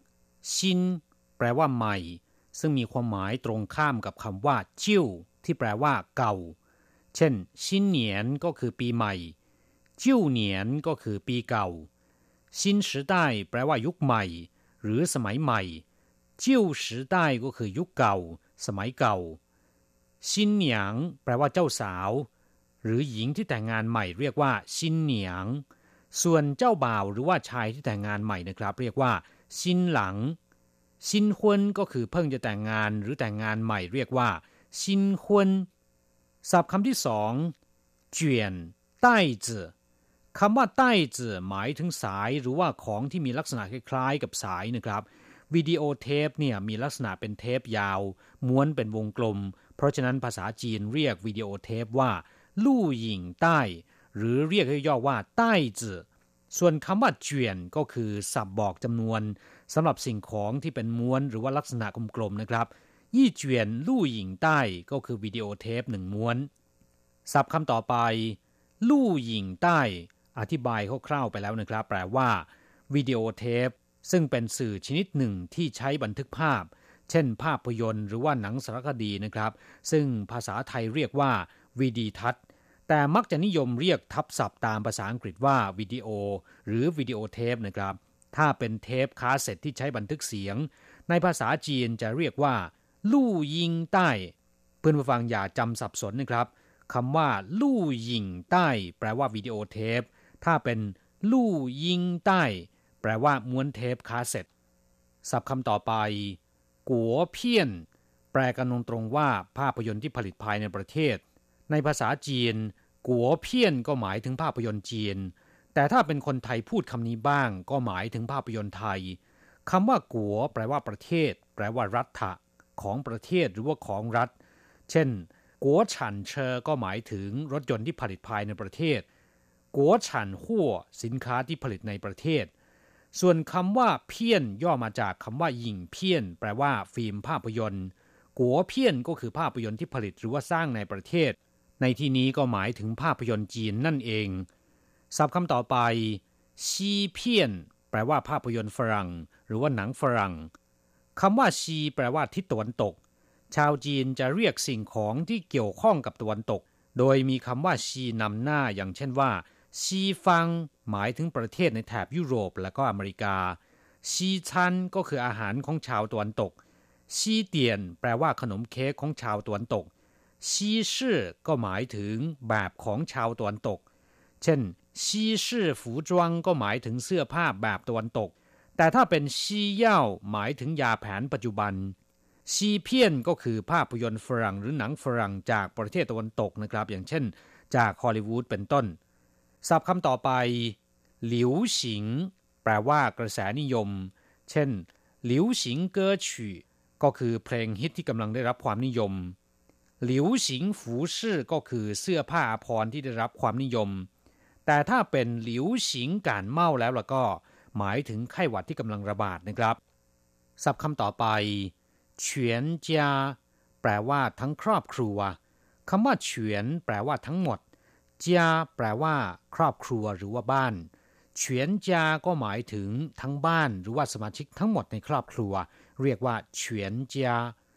1ชินแปลว่าใหม่ซึ่งมีความหมายตรงข้ามกับคำว่าจิ้วที่แปลว่าเก่าเช่นชินเหนียนก็คือปีใหม่จิ้วเหนียนก็คือปีเก่าชิน时代แปลว่ายุคใหม่หรือสมัยใหม่จิ้ว时代ก็คือยุคเก่าสมัยเก่าชินเหนียงแปลว่าเจ้าสาวหรือหญิงที่แต่งงานใหม่เรียกว่าชินเหนียงส่วนเจ้าบ่าวหรือว่าชายที่แต่งงานใหม่นะครับเรียกว่าชินหลังชินฮุนก็คือเพิ่งจะแต่งงานหรือแต่งงานใหม่เรียกว่าชินฮุนศัพท์คำที่2เจียนใต้จื่อคำว่าใต้จื่อหมายถึงสายหรือว่าของที่มีลักษณะคล้ายๆกับสายนะครับวิดีโอเทปเนี่ยมีลักษณะเป็นเทปยาวม้วนเป็นวงกลมเพราะฉะนั้นภาษาจีนเรียกวิดีโอเทปว่าลู่หยิงใต้หรือเรียกย่อๆว่าใต้จื่อส่วนคำว่าเจียนก็คือศัพท์บอกจำนวนสำหรับสิ่งของที่เป็นม้วนหรือว่าลักษณะกลมๆนะครับยี่เจียนลู่หยิงใต้ก็คือวิดีโอเทป1ม้วนศัพท์คำต่อไปลู่หยิงใต้อธิบายคร่าวๆไปแล้วนะครับแปลว่าวิดีโอเทปซึ่งเป็นสื่อชนิดหนึ่งที่ใช้บันทึกภาพเช่นภาพยนตร์หรือว่าหนังสารคดีนะครับซึ่งภาษาไทยเรียกว่าวิดีทัศน์แต่มักจะนิยมเรียกทับศัพท์ตามภาษาอังกฤษว่าวิดีโอหรือวิดีโอเทปนะครับถ้าเป็นเทปคาสเซ็ตที่ใช้บันทึกเสียงในภาษาจีนจะเรียกว่าลู่ยิงใต้เพื่อนผู้ฟังอย่าจำสับสนนะครับคำว่าลู่ยิงใต้แปลว่าวิดีโอเทปถ้าเป็นลู่ยิงใต้แปลว่าม้วนเทปคาสเซ็ตศัพท์คำต่อไปกัวเพี้ยนแปลกันตรงๆว่าภาพยนตร์ที่ผลิตภายในประเทศในภาษาจีนกัวเพี้ยนก็หมายถึงภาพยนตร์จีนแต่ถ้าเป็นคนไทยพูดคำนี้บ้างก็หมายถึงภาพยนตร์ไทยคำว่ากัวแปลว่าประเทศแปลว่ารัฐะของประเทศหรือว่าของรัฐเช่นกัวฉันเชอก็หมายถึงรถยนต์ที่ผลิตภายในประเทศกัวฉันหั่วสินค้าที่ผลิตในประเทศส่วนคำว่าเพี้ยนย่อมาจากคำว่าหยิ่งเพี้ยนแปลว่าฟิล์มภาพยนตร์กัวเพี้ยนก็คือภาพยนตร์ที่ผลิตหรือว่าสร้างในประเทศในที่นี้ก็หมายถึงภาพยนตร์จีนนั่นเองศัพท์คำต่อไปซีเพี้ยนแปลว่าภาพยนตร์ฝรั่งหรือว่าหนังฝรั่งคำว่าซีแปลว่าทิศตะวันตกชาวจีนจะเรียกสิ่งของที่เกี่ยวข้องกับตะวันตกโดยมีคำว่าซีนำหน้าอย่างเช่นว่าซีฟังหมายถึงประเทศในแถบยุโรปและก็อเมริกาซีชันก็คืออาหารของชาวตะวันตกซีเตียนแปลว่าขนมเค้กของชาวตะวันตกซีชื่อก็หมายถึงแบบของชาวตะวันตกเช่นซีชื่อฝูจวงก็หมายถึงเสื้อผ้าแบบตะวันตกแต่ถ้าเป็นซีเย่าหมายถึงยาแผนปัจจุบันซีเพี้ยนก็คือภาพยนตร์ฝรั่งหรือหนังฝรั่งจากประเทศตะวันตกนะครับอย่างเช่นจากฮอลลีวูดเป็นต้นศัพท์คำต่อไปหลิวฉิงแปลว่ากระแสนิยมเช่นหลิวฉิงเก๋อฉ่ก็คือเพลงฮิตที่กำลังได้รับความนิยมหลิวฉิงฝูชื่อก็คือเสื้อผ้าอาภรณ์ที่ได้รับความนิยมแต่ถ้าเป็นหลิวฉิงก่านเมาแล้วก็หมายถึงไข้หวัดที่กำลังระบาดนะครับศัพท์คำต่อไปเฉียนจาแปลว่าทั้งครอบครัวคำว่าเฉียนแปลว่าทั้งหมดจาแปลว่าครอบครัวหรือว่าบ้านเฉียนจาก็หมายถึงทั้งบ้านหรือว่าสมาชิกทั้งหมดในครอบครัวเรียกว่าเฉียนจา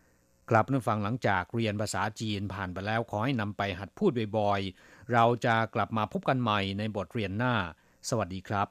กลับมาฟังหลังจากเรียนภาษาจีนผ่านไปแล้วขอให้นำไปหัดพูดบ่อยๆเราจะกลับมาพบกันใหม่ในบทเรียนหน้าสวัสดีครับ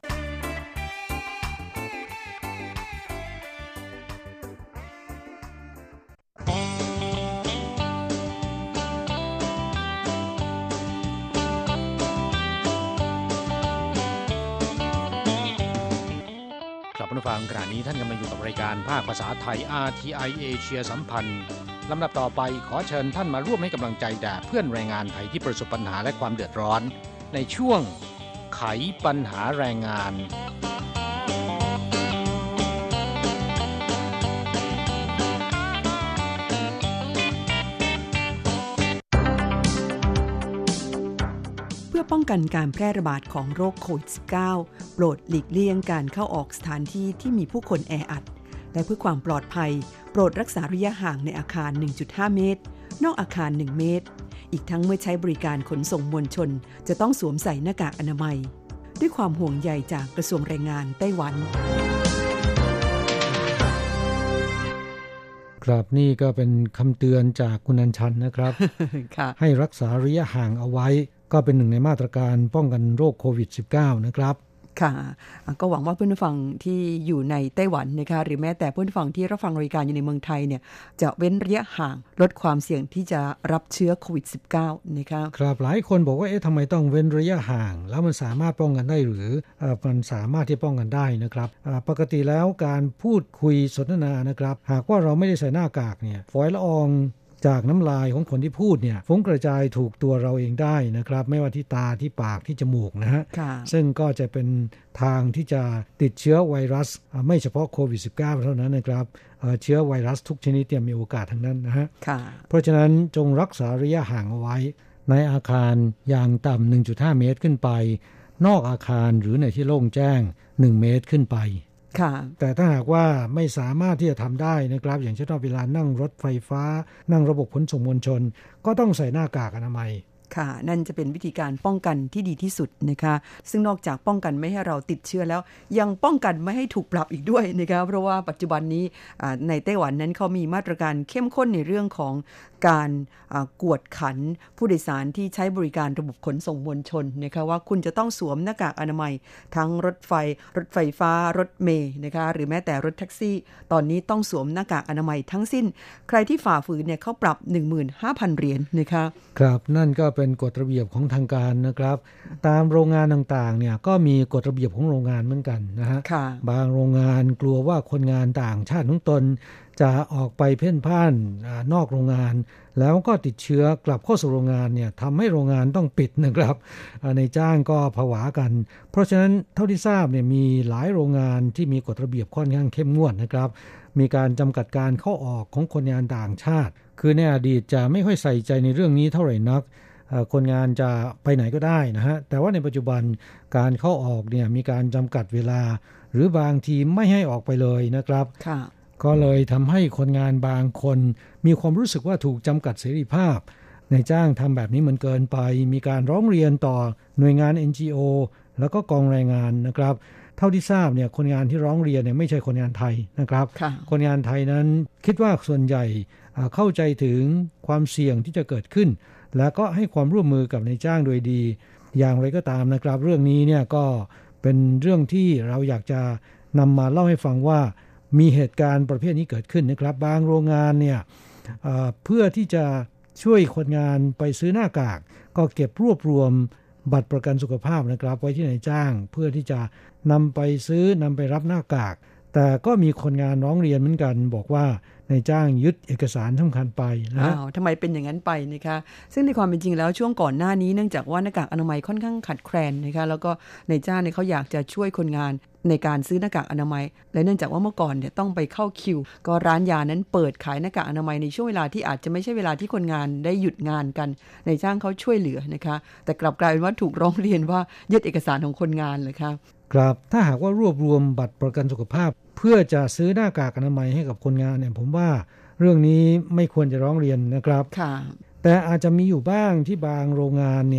ผู้ฟังขณะนี้ท่านกำลังอยู่กับรายการภาคภาษาไทย RTI เอเชียสัมพันธ์ลำดับต่อไปขอเชิญท่านมาร่วมให้กำลังใจแด่เพื่อนแรงงานไทยที่ประสบปัญหาและความเดือดร้อนในช่วงไขปัญหาแรงงานเพื่อป้องกันการแพร่ระบาดของโรคโควิด -19 โปรดหลีกเลี่ยงการเข้าออกสถานที่ที่มีผู้คนแออัดและเพื่อความปลอดภัยโปรดรักษาระยะห่างในอาคาร 1.5 เมตรนอกอาคาร 1 เมตรอีกทั้งเมื่อใช้บริการขนส่งมวลชนจะต้องสวมใส่หน้ากากอนามัยด้วยความห่วงใยจากกระทรวงแรงงานไต้หวันครับนี่ก็เป็นคำเตือนจากคุณอัญชันนะครับ ให้รักษาระยะห่างเอาไว้ก็เป็นหนึ่งในมาตรการป้องกันโรคโควิด -19 นะครับค่ะก็หวังว่าเพื่อนผู้ฟังที่อยู่ในไต้หวันนะคะหรือแม้แต่เพื่อนผู้ฟังที่รับฟังรายการอยู่ในเมืองไทยเนี่ยจะเว้นระยะห่างลดความเสี่ยงที่จะรับเชื้อโควิด -19 นะคะครับหลายคนบอกว่าทำไมต้องเว้นระยะห่างแล้วมันสามารถป้องกันได้หรือมันสามารถที่ป้องกันได้นะครับปกติแล้วการพูดคุยสนทนานะครับหากว่าเราไม่ได้ใส่หน้ากากเนี่ยฝอยละอองจากน้ำลายของคนที่พูดเนี่ยฟุ้งกระจายถูกตัวเราเองได้นะครับไม่ว่าที่ตาที่ปากที่จมูกนะฮะซึ่งก็จะเป็นทางที่จะติดเชื้อไวรัสไม่เฉพาะโควิด -19 เท่านั้นนะครับเชื้อไวรัสทุกชนิดมีโอกาสทั้งนั้นนะฮะเพราะฉะนั้นจงรักษาระยะห่างเอาไว้ในอาคารอย่างต่ำ 1.5 เมตรขึ้นไปนอกอาคารหรือในที่โล่งแจ้ง1เมตรขึ้นไปแต่ถ้าหากว่าไม่สามารถที่จะทำได้นะครับอย่างเช่นเวลานั่งรถไฟฟ้านั่งระบบขนส่งมวลชนก็ต้องใส่หน้ากากอนามัยค่ะนั่นจะเป็นวิธีการป้องกันที่ดีที่สุดนะคะซึ่งนอกจากป้องกันไม่ให้เราติดเชื้อแล้วยังป้องกันไม่ให้ถูกปรับอีกด้วยนะคะเพราะว่าปัจจุบันนี้ในไต้หวันนั้นเขามีมาตรการเข้มข้นในเรื่องของการกวดขันผู้โดยสารที่ใช้บริการระบบขนส่งมวลชนนะคะว่าคุณจะต้องสวมหน้ากากอนามัยทั้งรถไฟฟ้ารถเมล์นะคะหรือแม้แต่รถแท็กซี่ตอนนี้ต้องสวมหน้ากากอนามัยทั้งสิ้นใครที่ฝ่าฝืนเนี่ยเขาปรับ 15,000 เหรียญนะคะครับนั่นก็เป็นกฎระเบียบของทางการนะครับตามโรงงานต่างๆเนี่ยก็มีกฎระเบียบของโรงงานเหมือนกันนะฮะบางโรงงานกลัวว่าคนงานต่างชาติของตนจะออกไปเพ่นพ่านนอกโรงงานแล้วก็ติดเชื้อกลับเข้าสู่โรงงานเนี่ยทำให้โรงงานต้องปิดนะครับในจ้างก็ผวากันเพราะฉะนั้นเท่าที่ทราบเนี่ยมีหลายโรงงานที่มีกฎระเบียบค่อนข้างเข้มงวดนะครับมีการจำกัดการเข้าออกของคนงานต่างชาติคือในอดีตจะไม่ค่อยใส่ใจในเรื่องนี้เท่าไหร่นักคนงานจะไปไหนก็ได้นะฮะแต่ว่าในปัจจุบันการเข้าออกเนี่ยมีการจำกัดเวลาหรือบางทีไม่ให้ออกไปเลยนะครับก็เลยทำให้คนงานบางคนมีความรู้สึกว่าถูกจำกัดเสรีภาพนายจ้างทำแบบนี้มันเกินไปมีการร้องเรียนต่อหน่วยงาน NGO แล้วก็กองแรงงานนะครับเท่าที่ทราบเนี่ยคนงานที่ร้องเรียนเนี่ยไม่ใช่คนงานไทยนะครับคนงานไทยนั้นคิดว่าส่วนใหญ่เข้าใจถึงความเสี่ยงที่จะเกิดขึ้นแล้วก็ให้ความร่วมมือกับนายจ้างโดยดีอย่างไรก็ตามนะครับเรื่องนี้เนี่ยก็เป็นเรื่องที่เราอยากจะนำมาเล่าให้ฟังว่ามีเหตุการณ์ประเภทนี้เกิดขึ้นนะครับบางโรงงานเนี่ยเพื่อที่จะช่วยคนงานไปซื้อหน้ากากก็เก็บรวบรวมบัตรประกันสุขภาพนะครับไว้ที่นายจ้างเพื่อที่จะนำไปซื้อนำไปรับหน้ากากแต่ก็มีคนงานร้องเรียนเหมือนกันบอกว่านายจ้างยึดเอกสารสำคัญไปนะทำไมเป็นอย่างนั้นไปนะคะซึ่งในความเป็นจริงแล้วช่วงก่อนหน้านี้เนื่องจากว่าหน้ากากอนามัยค่อนข้างขาดแคลนนะคะแล้วก็นายจ้างเนี่ยเขาอยากจะช่วยคนงานในการซื้อหน้ากากอนามัยและเนื่องจากว่าเมื่อก่อนเนี่ยต้องไปเข้าคิวก็ร้านยานั้นเปิดขายหน้ากากอนามัยในช่วงเวลาที่อาจจะไม่ใช่เวลาที่คนงานได้หยุดงานกันนายจ้างเขาช่วยเหลือนะคะแต่กลับกลายเป็นว่าถูกร้องเรียนว่ายึดเอกสารของคนงานเลยค่ะครับถ้าหากว่ารวบรวมบัตรประกันสุขภาพเพื่อจะซื้อหน้ากากอนามัยให้กับคนงานเนี่ยผมว่าเรื่องนี้ไม่ควรจะร้องเรียนนะครับแต่อาจจะมีอยู่บ้างที่บางโรงงานเนี่ย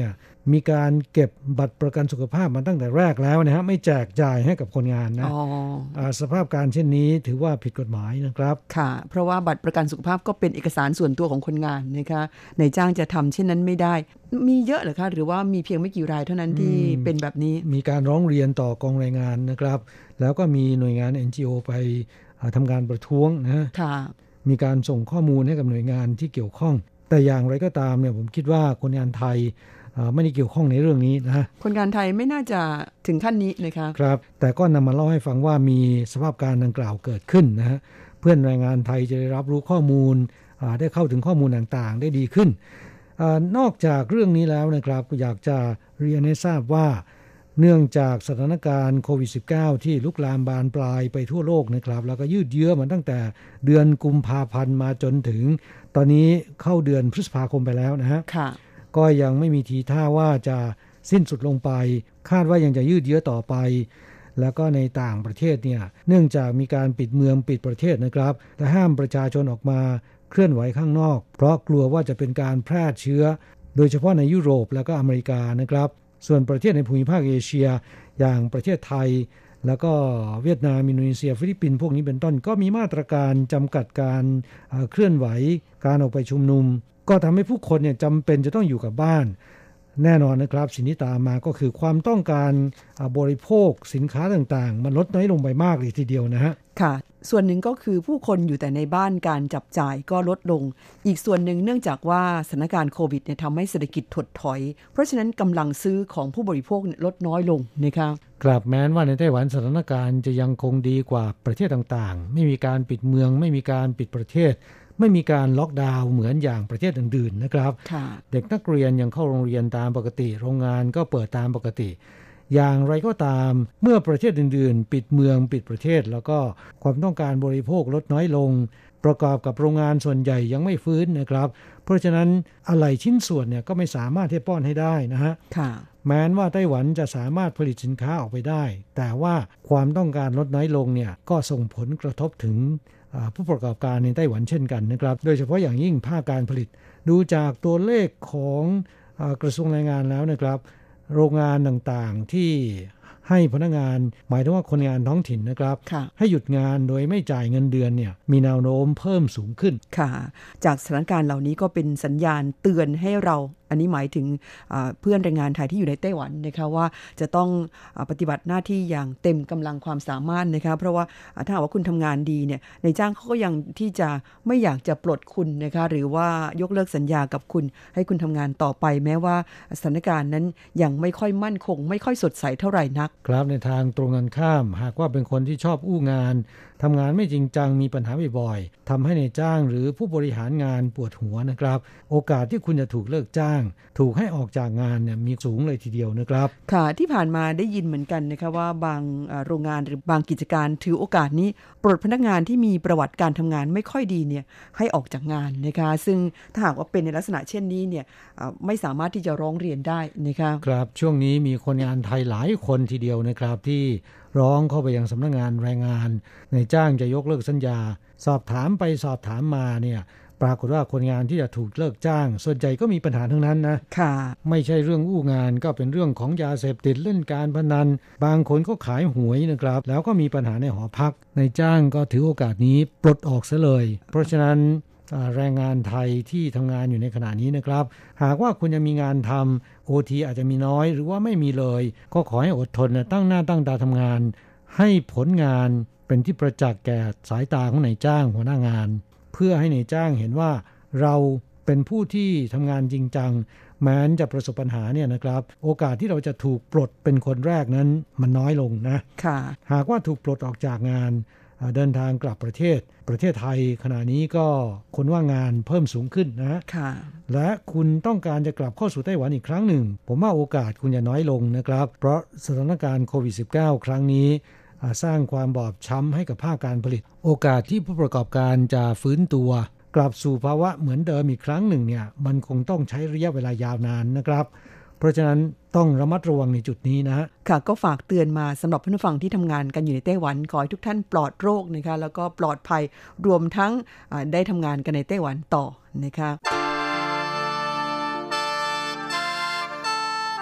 มีการเก็บบัตรประกันสุขภาพมาตั้งแต่แรกแล้วนะฮะไม่แจกจ่ายให้กับคนงานนะสภาพการเช่นนี้ถือว่าผิดกฎหมายนะครับค่ะเพราะว่าบัตรประกันสุขภาพก็เป็นเอกสารส่วนตัวของคนงานนะคะนายจ้างจะทำเช่นนั้นไม่ได้มีเยอะเหรอคะหรือว่ามีเพียงไม่กี่รายเท่านั้นที่เป็นแบบนี้มีการร้องเรียนต่อกองแรงงานนะครับแล้วก็มีหน่วยงาน NGO ไปทำการประท้วงนะมีการส่งข้อมูลให้กับหน่วยงานที่เกี่ยวข้องแต่อย่างไรก็ตามเนี่ยผมคิดว่าคนงานไทยไม่ได้เกี่ยวข้องในเรื่องนี้นะคนงานไทยไม่น่าจะถึงขั้นนี้นะคะครับแต่ก็นำมาเล่าให้ฟังว่ามีสภาพการดังกล่าวเกิดขึ้นนะฮะเพื่อนแรงงานไทยจะได้รับรู้ข้อมูลได้เข้าถึงข้อมูลต่างๆได้ดีขึ้นนอกจากเรื่องนี้แล้วนะครับอยากจะเรียนให้ทราบว่าเนื่องจากสถานการณ์โควิด -19 ที่ลุกลามบานปลายไปทั่วโลกนะครับแล้วก็ยืดเยื้อมาตั้งแต่เดือนกุมภาพันธ์มาจนถึงตอนนี้เข้าเดือนพฤษภาคมไปแล้วนะฮะก็ยังไม่มีทีท่าว่าจะสิ้นสุดลงไปคาดว่ายังจะยืดเยื้อต่อไปแล้วก็ในต่างประเทศเนี่ยเนื่องจากมีการปิดเมืองปิดประเทศนะครับและห้ามประชาชนออกมาเคลื่อนไหวข้างนอกเพราะกลัวว่าจะเป็นการแพร่เชื้อโดยเฉพาะในยุโรปแล้วก็อเมริกานะครับส่วนประเทศในภูมิภาคเอเชียอย่างประเทศไทยแล้วก็เวียดนามอินโดนีเซียฟิลิปปินส์พวกนี้เป็นต้นก็มีมาตรการจำกัดการเคลื่อนไหวการออกไปชุมนุมก็ทำให้ผู้คนเนี่ยจำเป็นจะต้องอยู่กับบ้านแน่นอนนะครับสิ่งที่ตามมาก็คือความต้องการบริโภคสินค้าต่างๆมันลดน้อยลงไปมากเลยทีเดียวนะฮะค่ะส่วนหนึ่งก็คือผู้คนอยู่แต่ในบ้านการจับจ่ายก็ลดลงอีกส่วนหนึ่งเนื่องจากว่าสถานการณ์โควิดเนี่ยทำให้เศรษฐกิจถดถอยเพราะฉะนั้นกำลังซื้อของผู้บริโภคลดน้อยลงนะคะกลับแม้นว่าในไต้หวันสถานการณ์จะยังคงดีกว่าประเทศต่างๆไม่มีการปิดเมืองไม่มีการปิดประเทศไม่มีการล็อกดาวน์เหมือนอย่างประเทศอื่นๆนะครับเด็กนักเรียนยังเข้าโรงเรียนตามปกติโรงงานก็เปิดตามปกติอย่างไรก็ตามเมื่อประเทศอื่นๆปิดเมืองปิดประเทศแล้วก็ความต้องการบริโภคลดน้อยลงประกอบกับโรงงานส่วนใหญ่ยังไม่ฟื้นนะครับเพราะฉะนั้นอะไหล่ชิ้นส่วนเนี่ยก็ไม่สามารถที่ป้อนให้ได้นะฮะแม้ว่าไต้หวันจะสามารถผลิตสินค้าออกไปได้แต่ว่าความต้องการลดน้อยลงเนี่ยก็ส่งผลกระทบถึงผู้ประกอบการในไต้หวันเช่นกันนะครับโดยเฉพาะอย่างยิ่งภาคการผลิตดูจากตัวเลขของกระทรวงแรงงานแล้วนะครับโรงงานต่างๆที่ให้พนักงานหมายถึงว่าคนงานท้องถิ่นนะครับให้หยุดงานโดยไม่จ่ายเงินเดือนเนี่ยมีแนวโน้มเพิ่มสูงขึ้นค่ะจากสถานการณ์เหล่านี้ก็เป็นสัญญาณเตือนให้เราอันนี้หมายถึงเพื่อนแรงงานไทยที่อยู่ในไต้หวันนะคะว่าจะต้องปฏิบัติหน้าที่อย่างเต็มกำลังความสามารถนะคะเพราะว่าถ้าหากว่าคุณทำงานดีเนี่ยนายจ้างเขาก็ยังที่จะไม่อยากจะปลดคุณนะคะหรือว่ายกเลิกสัญญากับคุณให้คุณทำงานต่อไปแม้ว่าสถานการณ์นั้นยังไม่ค่อยมั่นคงไม่ค่อยสดใสเท่าไหร่นักครับในทางตรงกันข้ามหากว่าเป็นคนที่ชอบอู้งานทำงานไม่จริงจังมีปัญหาบ่อยๆทำให้นายจ้างหรือผู้บริหารงานปวดหัวนะครับโอกาสที่คุณจะถูกเลิกจ้างถูกให้ออกจากงานเนี่ยมีสูงเลยทีเดียวนะครับค่ะที่ผ่านมาได้ยินเหมือนกันนะคะว่าบางโรงงานหรือบางกิจการถือโอกาสนี้ปลดพนักงานที่มีประวัติการทำงานไม่ค่อยดีเนี่ยให้ออกจากงานนะคะซึ่งถ้าหากว่าเป็นในลักษณะเช่นนี้เนี่ยไม่สามารถที่จะร้องเรียนได้นะคะครับช่วงนี้มีคนงานไทยหลายคนทีเดียวนะครับที่ร้องเข้าไปยังสำนักงานแรงงานนายจ้างจะยกเลิกสัญญาสอบถามไปสอบถามมาเนี่ยปรากฏว่าคนงานที่จะถูกเลิกจ้างส่วนใหญ่ก็มีปัญหาทั้งนั้นนะค่ะไม่ใช่เรื่องอู้งานก็เป็นเรื่องของยาเสพติดเล่นการพนันบางคนก็ขายหวยนะครับแล้วก็มีปัญหาในหอพักนายจ้างก็ถือโอกาสนี้ปลดออกซะเลยเพราะฉะนั้นแรงงานไทยที่ทำงานอยู่ในขณะนี้นะครับหากว่าคุณยังมีงานทำ OT อาจจะมีน้อยหรือว่าไม่มีเลยก็ขอให้อดทนตั้งหน้าตั้งตาทำงานให้ผลงานเป็นที่ประจักษ์แก่สายตาของนายจ้างหัวหน้างานเพื่อให้นายจ้างเห็นว่าเราเป็นผู้ที่ทำงานจริงจังแม้จะประสบปัญหาเนี่ยนะครับโอกาสที่เราจะถูกปลดเป็นคนแรกนั้นมันน้อยลงนะค่ะหากว่าถูกปลดออกจากงานเดินทางกลับประเทศไทยขณะนี้ก็คนว่างงานเพิ่มสูงขึ้นนะค่ะและคุณต้องการจะกลับเข้าสู่ไต้หวันอีกครั้งหนึ่งผมว่าโอกาสคุณจะน้อยลงนะครับเพราะสถานการณ์โควิด -19 ครั้งนี้สร้างความบอบช้ำให้กับภาคการผลิตโอกาสที่ผู้ประกอบการจะฟื้นตัวกลับสู่ภาวะเหมือนเดิมอีกครั้งหนึ่งเนี่ยมันคงต้องใช้ระยะเวลายาวนานนะครับเพราะฉะนั้นต้องระมัดระวังในจุดนี้นะค่ะก็ฝากเตือนมาสำหรับผู้ฟังที่ทำงานกันอยู่ในไต้หวันขอให้ทุกท่านปลอดโรคนะคะแล้วก็ปลอดภัยรวมทั้งได้ทำงานกันในไต้หวันต่อนะคะ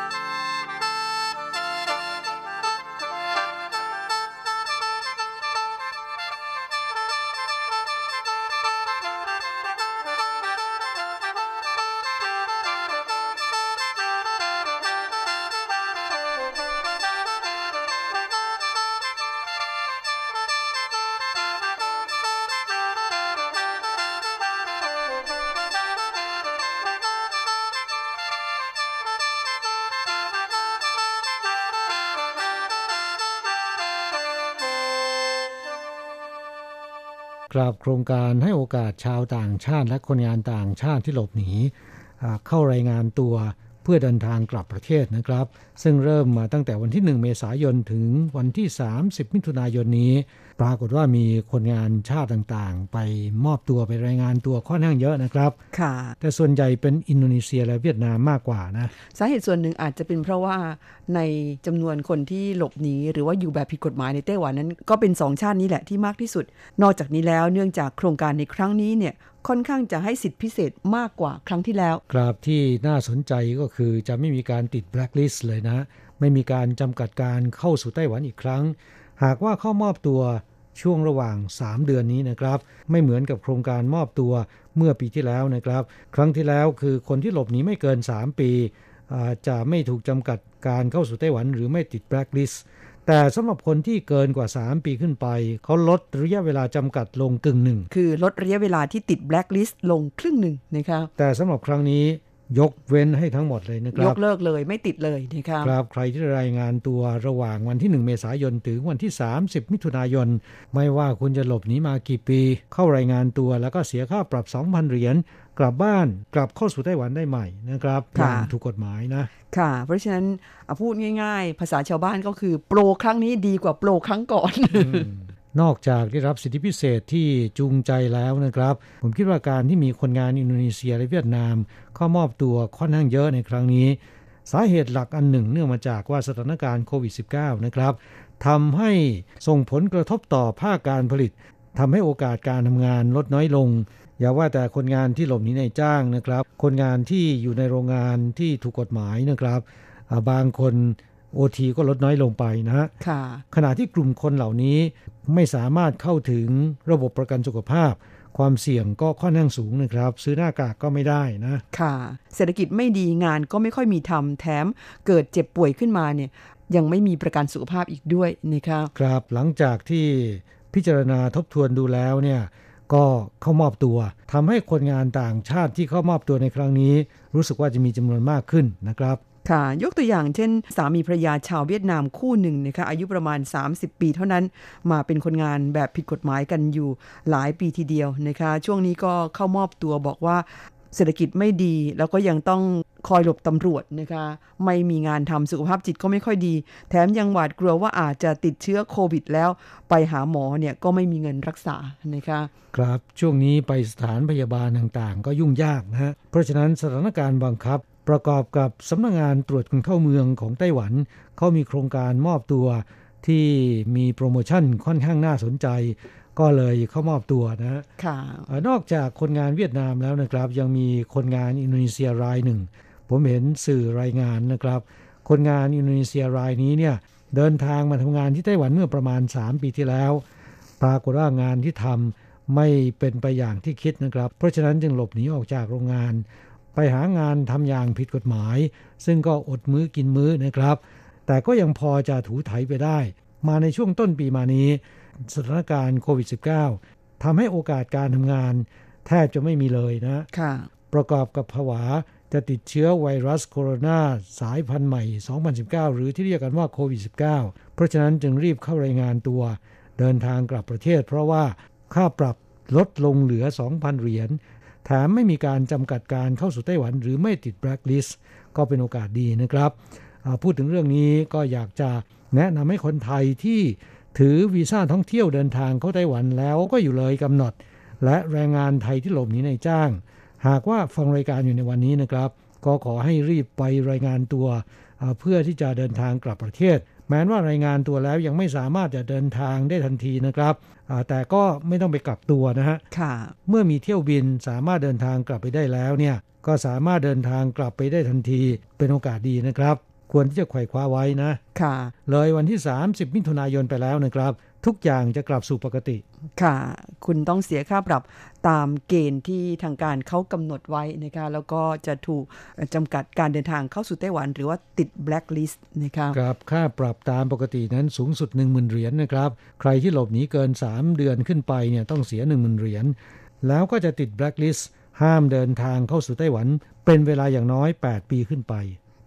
ครับโครงการให้โอกาสชาวต่างชาติและคนงานต่างชาติที่หลบหนีเข้ารายงานตัวเพื่อเดินทางกลับประเทศนะครับซึ่งเริ่มมาตั้งแต่วันที่1เมษายนถึงวันที่30มิถุนายนนี้ปรากฏว่ามีคนงานชาติต่างๆไปมอบตัวไปรายงานตัวค่อนข้างเยอะนะครับค่ะแต่ส่วนใหญ่เป็นอินโดนีเซียและเวียดนามมากกว่านะสาเหตุส่วนหนึ่งอาจจะเป็นเพราะว่าในจำนวนคนที่หลบหนีหรือว่าอยู่แบบผิดกฎหมายในไต้หวันนั้นก็เป็น2ชาตินี้แหละที่มากที่สุดนอกจากนี้แล้วเนื่องจากโครงการในครั้งนี้เนี่ยค่อนข้างจะให้สิทธิพิเศษมากกว่าครั้งที่แล้วครับที่น่าสนใจก็คือจะไม่มีการติดแบล็คลิสต์เลยนะไม่มีการจำกัดการเข้าสู่ไต้หวันอีกครั้งหากว่าเข้ามอบตัวช่วงระหว่าง3เดือนนี้นะครับไม่เหมือนกับโครงการมอบตัวเมื่อปีที่แล้วนะครับครั้งที่แล้วคือคนที่หลบหนีไม่เกิน3ปีจะไม่ถูกจำกัดการเข้าสู่ไต้หวันหรือไม่ติดแบล็คลิสต์แต่สำหรับคนที่เกินกว่า3ปีขึ้นไปเขาลดระยะเวลาจำกัดลงกึ่งหนึ่งคือลดระยะเวลาที่ติดแบล็คลิสต์ลงครึ่งหนึ่งนะครับแต่สำหรับครั้งนี้ยกเว้นให้ทั้งหมดเลยนะครับยกเลิกเลยไม่ติดเลยนะครับครับใครที่รายงานตัวระหว่างวันที่1เมษายนถึงวันที่30มิถุนายนไม่ว่าคุณจะหลบหนีมากี่ปีเข้ารายงานตัวแล้วก็เสียค่าปรับ 2,000 เหรียญกลับบ้านกลับเข้าสู่ไต้หวันได้ใหม่นะครับอย่างถูกกฎหมายนะค่ะเพราะฉะนั้นพูดง่ายๆภาษาชาวบ้านก็คือโปรครั้งนี้ดีกว่าโปรครั้งก่อนนอกจากได้รับสิทธิพิเศษที่จูงใจแล้วนะครับผมคิดว่าการที่มีคนงานอินโดนีเซียและเวียดนามเข้ามอบตัวค่อนข้างเยอะในครั้งนี้สาเหตุหลักอันหนึ่งเนื่องมาจากว่าสถานการณ์โควิด -19 นะครับทำให้ส่งผลกระทบต่อภาคการผลิตทำให้โอกาสการทำงานลดน้อยลงอย่าว่าแต่คนงานที่หลบหนีนายจ้างนะครับคนงานที่อยู่ในโรงงานที่ถูกกฎหมายนะครับบางคนOT ก็ลดน้อยลงไปนะขณะที่กลุ่มคนเหล่านี้ไม่สามารถเข้าถึงระบบประกันสุขภาพความเสี่ยงก็ค่อนข้างสูงนะครับซื้อหน้ากากก็ไม่ได้นะค่ะเศรษฐกิจไม่ดีงานก็ไม่ค่อยมีทำแถมเกิดเจ็บป่วยขึ้นมาเนี่ยยังไม่มีประกันสุขภาพอีกด้วยนะครับครับหลังจากที่พิจารณาทบทวนดูแล้วเนี่ยก็เข้ามอบตัวทำให้คนงานต่างชาติที่เข้ามอบตัวในครั้งนี้รู้สึกว่าจะมีจำนวนมากขึ้นนะครับค่ะยกตัวอย่างเช่นสามีภรรยาชาวเวียดนามคู่หนึ่งนะคะอายุประมาณ30ปีเท่านั้นมาเป็นคนงานแบบผิดกฎหมายกันอยู่หลายปีทีเดียวนะคะช่วงนี้ก็เข้ามอบตัวบอกว่าเศรษฐกิจไม่ดีแล้วก็ยังต้องคอยหลบตำรวจนะคะไม่มีงานทำสุขภาพจิตก็ไม่ค่อยดีแถมยังหวาดกลัวว่าอาจจะติดเชื้อโควิดแล้วไปหาหมอเนี่ยก็ไม่มีเงินรักษานะคะครับช่วงนี้ไปสถานพยาบาลต่างๆก็ยุ่งยากนะฮะเพราะฉะนั้นสถานการณ์บังคับประกอบกับสำนักงานตรวจคนเข้าเมืองของไต้หวันเขามีโครงการมอบตัวที่มีโปรโมชั่นค่อนข้างน่าสนใจก็เลยเข้ามอบตัวนะค่ะนอกจากคนงานเวียดนามแล้วนะครับยังมีคนงานอินโดนีเซียรายหนึ่งผมเห็นสื่อรายงานนะครับคนงานอินโดนีเซียรายนี้เนี่ยเดินทางมาทำงานที่ไต้หวันเมื่อประมาณ3ปีที่แล้วปรากฏว่างานที่ทำไม่เป็นไปอย่างที่คิดนะครับเพราะฉะนั้นจึงหลบหนีออกจากโรงงานไปหางานทำอย่างผิดกฎหมายซึ่งก็อดมื้อกินมื้อนะครับแต่ก็ยังพอจะถูไถไปได้มาในช่วงต้นปีมานี้สถานการณ์โควิด -19 ทำให้โอกาสการทำงานแทบจะไม่มีเลยนะประกอบกับผวาจะติดเชื้อไวรัสโคโรนาสายพันธุ์ใหม่2019หรือที่เรียกกันว่าโควิด -19 เพราะฉะนั้นจึงรีบเข้ารายงานตัวเดินทางกลับประเทศเพราะว่าค่าปรับลดลงเหลือ 2,000 เหรียญแถมไม่มีการจำกัดการเข้าสู่ไต้หวันหรือไม่ติดแบล็คลิสต์ก็เป็นโอกาสดีนะครับพูดถึงเรื่องนี้ก็อยากจะแนะนำให้คนไทยที่ถือวีซ่าท่องเที่ยวเดินทางเข้าไต้หวันแล้วก็อยู่เลยกำหนดและแรงงานไทยที่หลบหนีนายจ้างหากว่าฟังรายการอยู่ในวันนี้นะครับก็ขอให้รีบไปรายงานตัวเพื่อที่จะเดินทางกลับประเทศแม้ว่ารายงานตัวแล้วยังไม่สามารถจะเดินทางได้ทันทีนะครับแต่ก็ไม่ต้องไปกักตัวนะฮะเมื่อมีเที่ยวบินสามารถเดินทางกลับไปได้แล้วเนี่ยก็สามารถเดินทางกลับไปได้ทันทีเป็นโอกาสดีนะครับควรที่จะไขว่คว้าไว้นะเลยวันที่30มิถุนายนไปแล้วนะครับทุกอย่างจะกลับสู่ปกติค่ะคุณต้องเสียค่าปรับตามเกณฑ์ที่ทางการเขากำหนดไว้นะคะแล้วก็จะถูกจำกัดการเดินทางเข้าสู่ไต้หวันหรือว่าติดแบล็คลิสต์นะคะครับค่าปรับตามปกตินั้นสูงสุด 10,000 เหรียญนะครับใครที่หลบหนีเกิน3เดือนขึ้นไปเนี่ยต้องเสีย 10,000 เหรียญแล้วก็จะติดแบล็คลิสต์ห้ามเดินทางเข้าสู่ไต้หวันเป็นเวลาอย่างน้อย8ปีขึ้นไป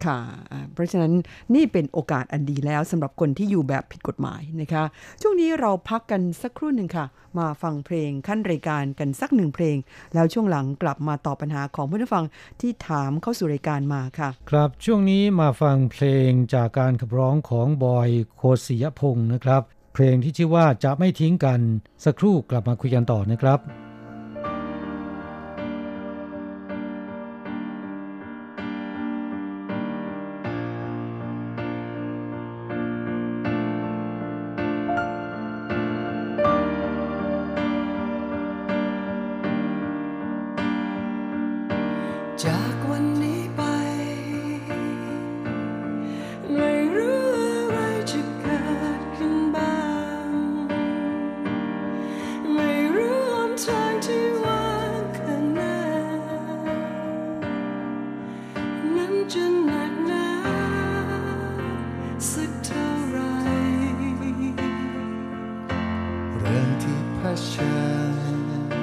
ค่ะเพราะฉะนั้นนี่เป็นโอกาสอันดีแล้วสำหรับคนที่อยู่แบบผิดกฎหมายนะคะช่วงนี้เราพักกันสักครู่หนึ่งค่ะมาฟังเพลงขั้นรายการกันสักหนึ่งเพลงแล้วช่วงหลังกลับมาตอบปัญหาของผู้ฟังที่ถามเข้าสู่รายการมาค่ะครับช่วงนี้มาฟังเพลงจากการขับร้องของบอยโคศิยพงศ์นะครับเพลงที่ชื่อว่าจะไม่ทิ้งกันสักครู่กลับมาคุยกันต่อนะครับจากวันนี้ไปไม่รู้อะไรจะเกิดขึ้นบ้างไม่รู้หนทางที่ว่างข้างหน้านั้นจะหนักหนาสักเท่าไรเรื่องที่เผชิญ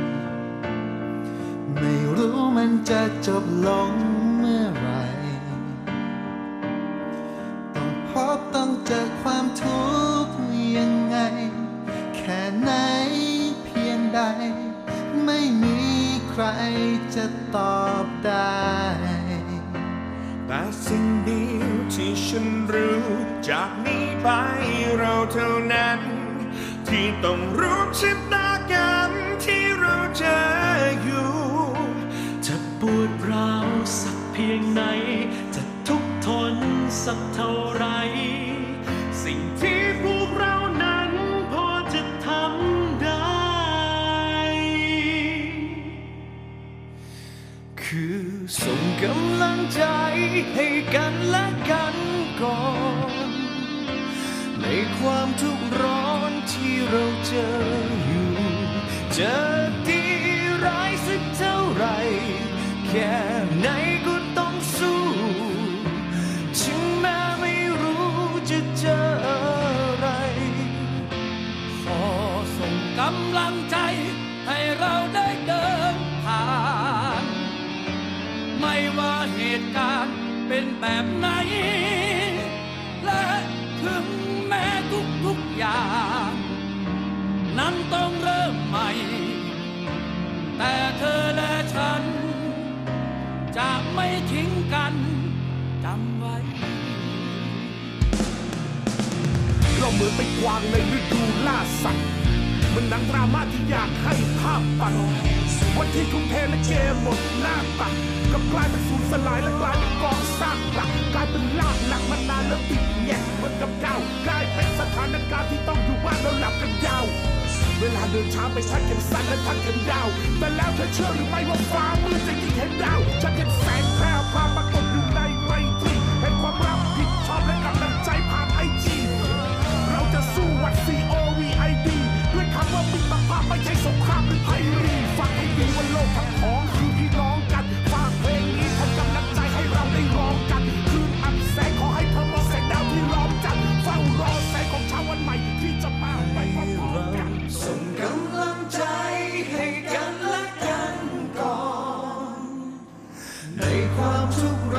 ไม่รู้มันจะจบลงเมื่อไหร่ต้องพบต้องเจอความทุกข์ยังไงแค่ไหนเพียงใดไม่มีใครจะตอบได้แต่สิ่งเดียวที่ฉันรู้จากนี้ไปเราเท่านั้นที่ต้องรู้ชะตากรรมที่เราเจออยู่จะปวดร้าวสักเพียงไหนจะทุกข์ทนสักเท่าไรสิ่งที่พวกเรานั้นพอจะทำได้คือส่งกำลังใจให้กันและกันก่อนในความทุกข์ร้อนที่เราเจออยู่จะดีร้ายสักเท่าไรแค่ไหนก็ต้องสู้ถึงแม้ไม่รู้จะเจออะไรขอส่งกำลังใจให้เราได้เดินผ่านไม่ว่าเหตุการณ์เป็นแบบไหนและถึงแม้ทุกอย่างนั้นต้องเริ่มใหม่แต่เธอและฉันจะไม่ทิ้งกันจำไว้เราเหมือนไปกวางในฤดูล่าสัตว์มันหนังดราม่าที่อยากให้ภาพตัดวันที่ทุ่มเทและเกมหมดหน้าตัดกับกลายเป็นสูญสลายและกลายเป็นกองซากหลักกลายเป็นลากหลักมานานแล้วติดแงกเหมือนกับก้าวกลายเป็นสถานการณ์ที่ต้องอยู่บ้านแล้วหลับกันยาวเวลาเดินช้าไปชักเข็มสั้นและทักเข็มยาวแต่แล้วเธอเชื่อหรือไม่ว่าฟ้ามืดจะยิ่งเห็นดาวฉันเห็นแสงแพร่พาปรากฏอยู่ในไมตรีเห็นความรับผิดชอบและกำลังใจผ่านIGเราจะสู้วัด COVID ด้วยคำว่ามิตรภาพไม่ใช่สงครามหรือภัยรีฟังให้ดีว่าโลกทั้งของคือพี่น้องกันฝากเพลงนี้เป็นกำลังใจให้เราได้ร้องกันคืนอับแสงขอให้เธอมองแสงดาวที่ล้อมจันทร์เฝ้ารอแสงของเช้าวันใหม่ที่จะมาไปพร้อมๆกันส่งกำลังใจให้กันและกันก่อนในความทุกข์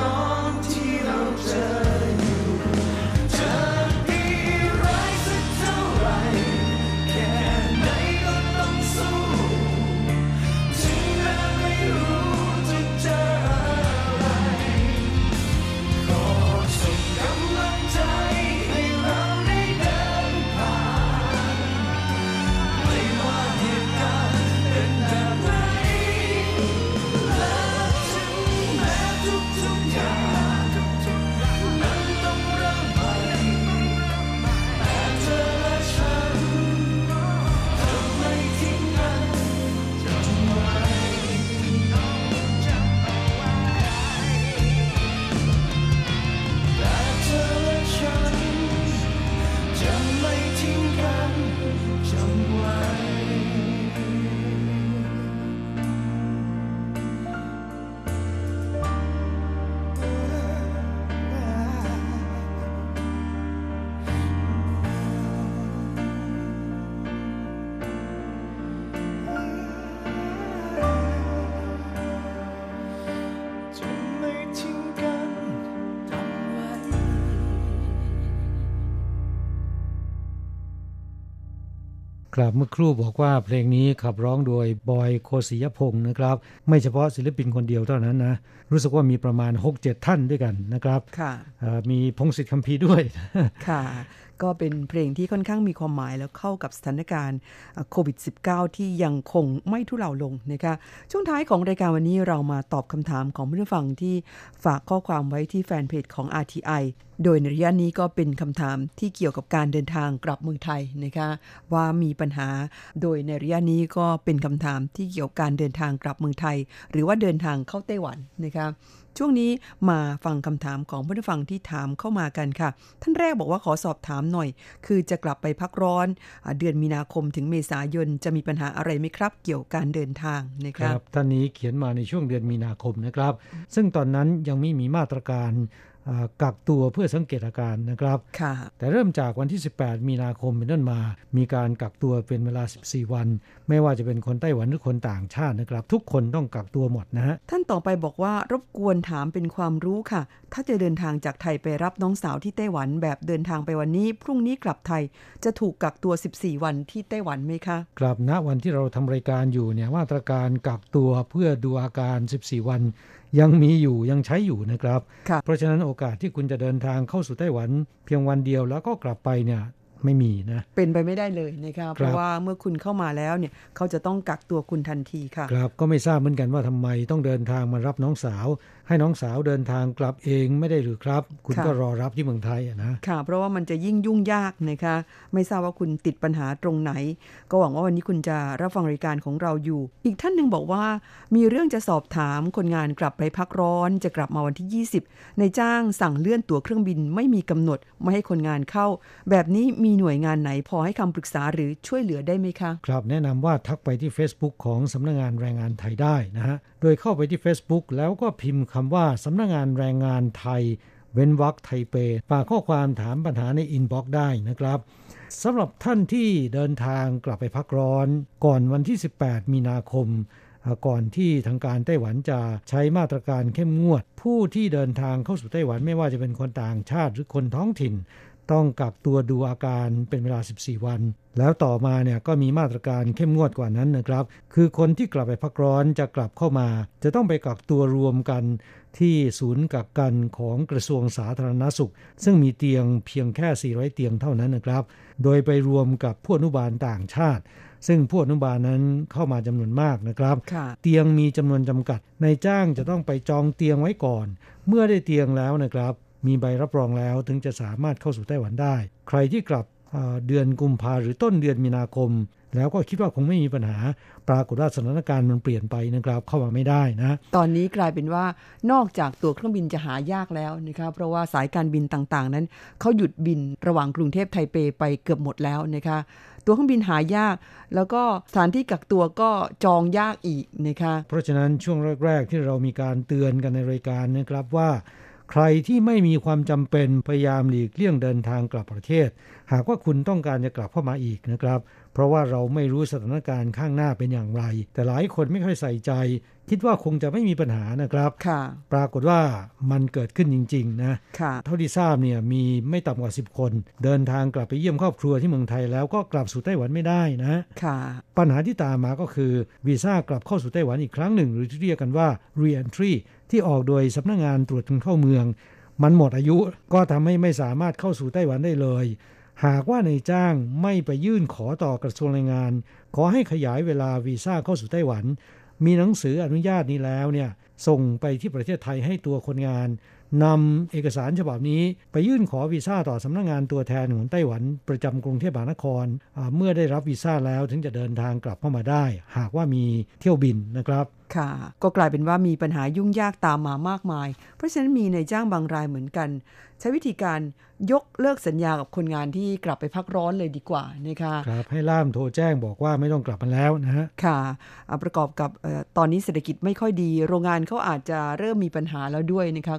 ครับเมื่อครู่บอกว่าเพลงนี้ขับร้องโดยบอยโคสิยพงศ์นะครับไม่เฉพาะศิลปินคนเดียวเท่านั้นนะรู้สึกว่ามีประมาณ 6-7 ท่านด้วยกันนะครับค่ะมีพงษ์สิทธิ์คัมภีร์ด้วยค่ะก็เป็นเพลงที่ค่อนข้างมีความหมายแล้วเข้ากับสถานการณ์โควิด -19 ที่ยังคงไม่ทุเลาลงนะคะช่วงท้ายของรายการวันนี้เรามาตอบคำถามของผู้ฟังที่ฝากข้อความไว้ที่แฟนเพจของ RTI โดยในระยะนี้ก็เป็นคำถามที่เกี่ยวกับการเดินทางกลับเมืองไทยนะคะว่ามีปัญหาโดยในระยะนี้ก็เป็นคำถามที่เกี่ยวกับการเดินทางกลับเมืองไทยหรือว่าเดินทางเข้าไต้หวันนะคะช่วงนี้มาฟังคำถามของผู้ฟังที่ถามเข้ามากันค่ะท่านแรกบอกว่าขอสอบถามหน่อยคือจะกลับไปพักร้อนเดือนมีนาคมถึงเมษายนจะมีปัญหาอะไรไหมครับเกี่ยวกับการเดินทางนะครับท่านนี้เขียนมาในช่วงเดือนมีนาคมนะครับซึ่งตอนนั้นยังไม่มีมาตรการกักตัวเพื่อสังเกตอาการนะครับแต่เริ่มจากวันที่18มีนาคมเป็นต้นมามีการกักตัวเป็นเวลา14วันไม่ว่าจะเป็นคนไต้หวันหรือคนต่างชาตินะครับทุกคนต้องกักตัวหมดนะฮะท่านต่อไปบอกว่ารบกวนถามเป็นความรู้ค่ะถ้าจะเดินทางจากไทยไปรับน้องสาวที่ไต้หวันแบบเดินทางไปวันนี้พรุ่งนี้กลับไทยจะถูกกักตัว14วันที่ไต้หวันไหมคะกลับณวันที่เราทำรายการอยู่เนี่ยมาตรการกักตัวเพื่อดูอาการ14วันยังมีอยู่ยังใช้อยู่นะครับเพราะฉะนั้นโอกาสที่คุณจะเดินทางเข้าสู่ไต้หวันเพียงวันเดียวแล้วก็กลับไปเนี่ยไม่มีนะเป็นไปไม่ได้เลยนะครับเพราะว่าเมื่อคุณเข้ามาแล้วเนี่ยเขาจะต้องกักตัวคุณทันทีค่ะครับก็ไม่ทราบเหมือนกันว่าทำไมต้องเดินทางมารับน้องสาวให้น้องสาวเดินทางกลับเองไม่ได้หรือครับคุณก็รอรับที่เมืองไทยนะค่ะเพราะว่ามันจะยิ่งยุ่งยากนะคะไม่ทราบว่าคุณติดปัญหาตรงไหนก็หวังว่าวันนี้คุณจะรับฟังรายการของเราอยู่อีกท่านนึงบอกว่ามีเรื่องจะสอบถามคนงานกลับไปพักร้อนจะกลับมาวันที่20ในจ้างสั่งเลื่อนตั๋วเครื่องบินไม่มีกำหนดไม่ให้คนงานเข้าแบบนี้มีหน่วยงานไหนพอให้คำปรึกษาหรือช่วยเหลือได้ไหมคะครับแนะนำว่าทักไปที่ Facebook ของสำนักงานแรงงานไทยได้นะฮะโดยเข้าไปที่ Facebook แล้วก็พิมพ์คำว่าสำนักงานแรงงานไทยเว้นวรรคไทเปฝากข้อความถามปัญหาในอินบ็อกซ์ได้นะครับสำหรับท่านที่เดินทางกลับไปพักร้อนก่อนวันที่18มีนาคมก่อนที่ทางการไต้หวันจะใช้มาตรการเข้มงวดผู้ที่เดินทางเข้าสู่ไต้หวันไม่ว่าจะเป็นคนต่างชาติหรือคนท้องถิ่นต้องกักตัวดูอาการเป็นเวลา14วันแล้วต่อมาเนี่ยก็มีมาตรการเข้มงวดกว่านั้นนะครับคือคนที่กลับไปพักร้อนจะกลับเข้ามาจะต้องไปกักตัวรวมกันที่ศูนย์กักกันของกระทรวงสาธารณสุขซึ่งมีเตียงเพียงแค่400เตียงเท่านั้นนะครับโดยไปรวมกับผู้อนุบาลต่างชาติซึ่งผู้อนุบาลนั้นเข้ามาจำนวนมากนะครับเตียงมีจำนวนจำกัดนายจ้างจะต้องไปจองเตียงไว้ก่อนเมื่อได้เตียงแล้วนะครับมีใบรับรองแล้วถึงจะสามารถเข้าสู่ไต้หวันได้ใครที่กลับเดือนกุมภาหรือต้นเดือนมีนาคมแล้วก็คิดว่าคงไม่มีปัญหาปรากฏว่าสถานการณ์มันเปลี่ยนไปนะครับเข้ามาไม่ได้นะตอนนี้กลายเป็นว่านอกจากตั๋วเครื่องบินจะหายากแล้วนะครับเพราะว่าสายการบินต่างๆนั้นเขาหยุดบินระหว่างกรุงเทพไทเปไปเกือบหมดแล้วนะคะตั๋วเครื่องบินหายากแล้วก็สถานที่กักตัวก็จองยากอีกนะคะเพราะฉะนั้นช่วงแรกๆที่เรามีการเตือนกันในรายการนะครับว่าใครที่ไม่มีความจำเป็นพยายามหลีกเลี่ยงเดินทางกลับประเทศหากว่าคุณต้องการจะกลับเข้ามาอีกนะครับเพราะว่าเราไม่รู้สถานการณ์ข้างหน้าเป็นอย่างไรแต่หลายคนไม่ค่อยใส่ใจคิดว่าคงจะไม่มีปัญหานะครับปรากฏว่ามันเกิดขึ้นจริงๆนะเท่าที่ทราบเนี่ยมีไม่ต่ำกว่า10คนเดินทางกลับไปเยี่ยมครอบครัวที่เมืองไทยแล้วก็กลับสู่ไต้หวันไม่ได้นะปัญหาที่ตามมาก็คือวีซ่ากลับเข้าสู่ไต้หวันอีกครั้งหนึ่งหรือที่เรียกกันว่า re-entry ที่ออกโดยสำนักงานตรวจคนเข้าเมืองมันหมดอายุก็ทำให้ไม่สามารถเข้าสู่ไต้หวันได้เลยหากว่านายจ้างไม่ไปยื่นขอต่อกระทรวงแรงงานขอให้ขยายเวลาวีซ่าเข้าสู่ไต้หวันมีหนังสืออนุญาตนี้แล้วเนี่ยส่งไปที่ประเทศไทยให้ตัวคนงานนำเอกสารฉบับนี้ไปยื่นขอวีซ่าต่อสำนักงานตัวแทนของไต้หวันประจำกรุงเทพมหานครเมื่อได้รับวีซ่าแล้วถึงจะเดินทางกลับเข้ามาได้หากว่ามีเที่ยวบินนะครับค่ะก็กลายเป็นว่ามีปัญหายุ่งยากตามมามากมายเพราะฉะนั้นมีนายจ้างบางรายเหมือนกันใช้วิธีการยกเลิกสัญญากับคนงานที่กลับไปพักร้อนเลยดีกว่านะคะครับให้ล่ามโทรแจ้งบอกว่าไม่ต้องกลับมาแล้วนะฮะค่ะประกอบกับตอนนี้เศรษฐกิจไม่ค่อยดีโรงงานเขาอาจจะเริ่มมีปัญหาแล้วด้วยนะคะก็เลยใช้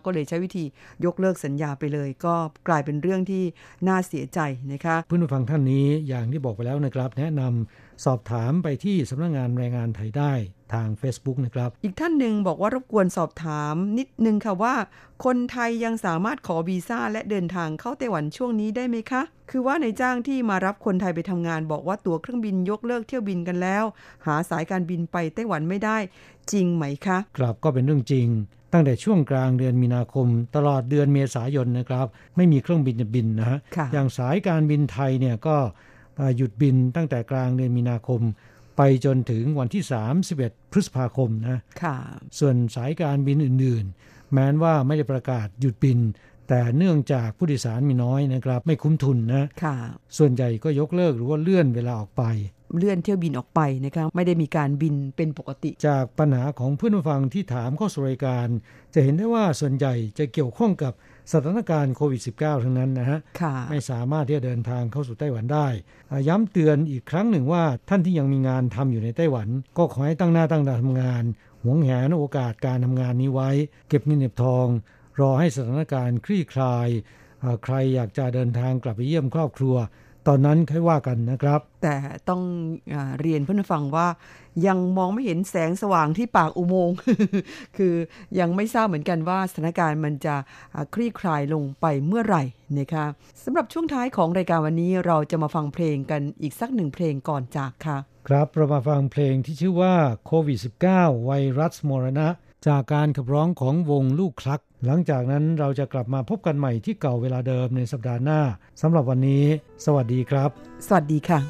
วิธียกเลิกสัญญาไปเลยก็กลายเป็นเรื่องที่น่าเสียใจนะคะผู้ฟังท่านนี้อย่างที่บอกไปแล้วนะครับแนะนำสอบถามไปที่สำนักงานแรงงานไทยได้ทาง Facebook นะครับอีกท่านหนึ่งบอกว่ารบกวนสอบถามนิดนึงค่ะว่าคนไทยยังสามารถขอวีซ่าและเดินทางเข้าไต้หวันช่วงนี้ได้ไหมคะคือว่านายจ้างที่มารับคนไทยไปทำงานบอกว่าตั๋วเครื่องบินยกเลิกเที่ยวบินกันแล้วหาสายการบินไปไต้หวันไม่ได้จริงไหมคะครับก็เป็นเรื่องจริงตั้งแต่ช่วงกลางเดือนมีนาคมตลอดเดือนเมษายนนะครับไม่มีเครื่องบินจะบินนะฮะอย่างสายการบินไทยเนี่ยก็หยุดบินตั้งแต่กลางเดือนมีนาคมไปจนถึงวันที่31พฤษภาคมนะส่วนสายการบินอื่นๆแม้ว่าไม่ได้ประกาศหยุดบินแต่เนื่องจากผู้โดยสารมีน้อยนะครับไม่คุ้มทุนนะส่วนใหญ่ก็ยกเลิกหรือว่าเลื่อนเวลาออกไปเลื่อนเที่ยวบินออกไปนะครับไม่ได้มีการบินเป็นปกติจากปัญหาของเพื่อนผู้ฟังที่ถามเข้าสู่รายการจะเห็นได้ว่าส่วนใหญ่จะเกี่ยวข้องกับสถานการณ์โควิด -19 ทั้งนั้นนะฮะไม่สามารถที่จะเดินทางเข้าสู่ไต้หวันได้ย้ำเตือนอีกครั้งหนึ่งว่าท่านที่ยังมีงานทำอยู่ในไต้หวันก็ขอให้ตั้งหน้าตั้งตาทำงานหวงแหนโอกาสการทำงานนี้ไว้เก็บเงินเก็บทองรอให้สถานการณ์คลี่คลายใครอยากจะเดินทางกลับไปเยี่ยมครอบครัวตอนนั้นค่อยว่ากันนะครับแต่ต้องเรียนเพื่อนฟังว่ายังมองไม่เห็นแสงสว่างที่ปากอุโมงค์ คือยังไม่ทราบเหมือนกันว่าสถานการณ์มันจะคลี่คลายลงไปเมื่อไหร่นะคะสำหรับช่วงท้ายของรายการวันนี้เราจะมาฟังเพลงกันอีกสักหนึ่งเพลงก่อนจากค่ะครับเรามาฟังเพลงที่ชื่อว่าโควิด -19 ไวรัสมรณะจากการขับร้องของวงลูกคลักหลังจากนั้นเราจะกลับมาพบกันใหม่ที่เก่าเวลาเดิมในสัปดาห์หน้าสำหรับวันนี้สวัสดีครับสวัสดีค่ะ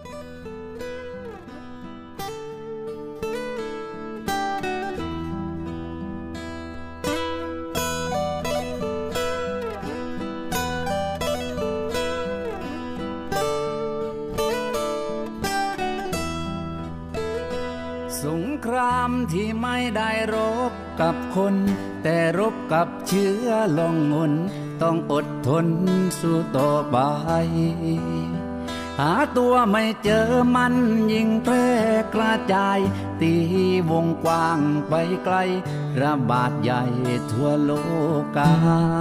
สงครามที่ไม่ได้รบกับคนแต่รบกับเชื้อลองงนต้องอดทนสู้ต่อไปหาตัวไม่เจอมันยิ่งแพร่กระจายตีวงกว้างไปไกลระบาดใหญ่ทั่วโลกา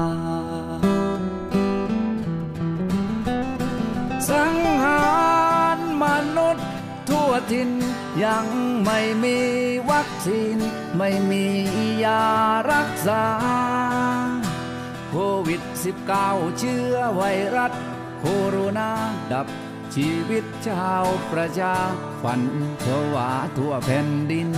สังหารมนุษย์ทั่วถิ่นยังไม่มีวัคซีนไม่มียารักษาโควิด -19 เชื้อไวรัสโคโรนาดับชีวิตชาวประชาฝันผวาทั่วแผ่นดิน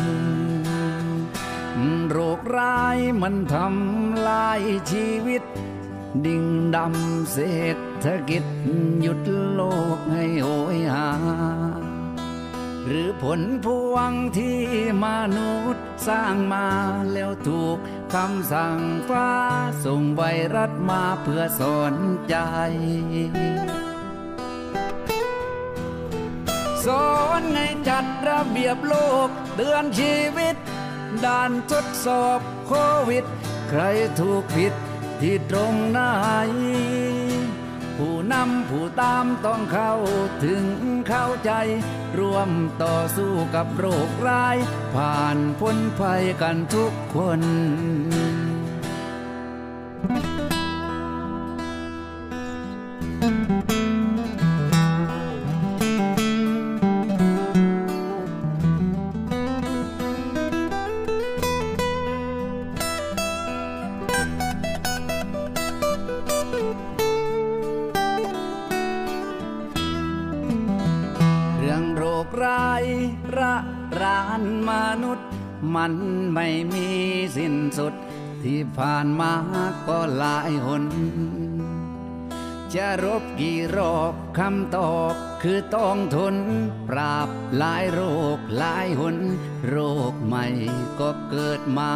โรคร้ายมันทำลายชีวิตดิ่งดำเศรษฐกิจหยุดโลกให้โหยหาหรือผลพวงที่มนุษย์สร้างมาแล้วถูกคำสั่งฟ้าส่งไวรัสมาเพื่อสอนใจสอนให้จัดระเบียบโลกเตือนชีวิตด่านทดสอบโควิดใครถูกผิดที่ตรงไหนผู้นำผู้ตามต้องเข้าถึงเข้าใจร่วมต่อสู้กับโรคร้ายผ่านพ้นภัยกันทุกคนร้านมนุษย์มันไม่มีสิ้นสุดที่ผ่านมาก็หลายหนจะรบกี่รอบคำตอบคือต้องทนปราบหลายโรคหลายหนโรคใหม่ก็เกิดมา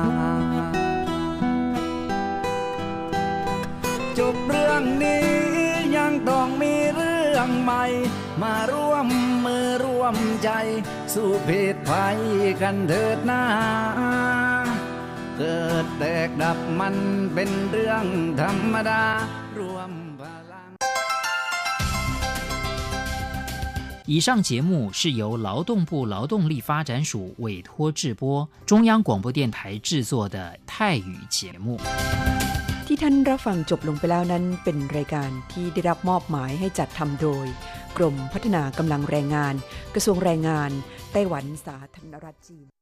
จบเรื่องนี้ยังต้องมีเรื่องใหม่มาร่วมมือร่วมใจสู้เพศภัยกันเถิดนะเกิดแตกดับมันเป็นเรื่องธรรมดารวมพลัง以上节目是由劳动部劳动力发展署委托制播，中央广播电台制作的泰语节目。 ที่ท่านรับฟังจบลงไปแล้วนั้นเป็นรายการที่ได้รับมอบหมายให้จัดทำโดยกรมพัฒนากำลังแรงงานกระทรวงแรงงานไต้หวันสาธารณรัฐจีน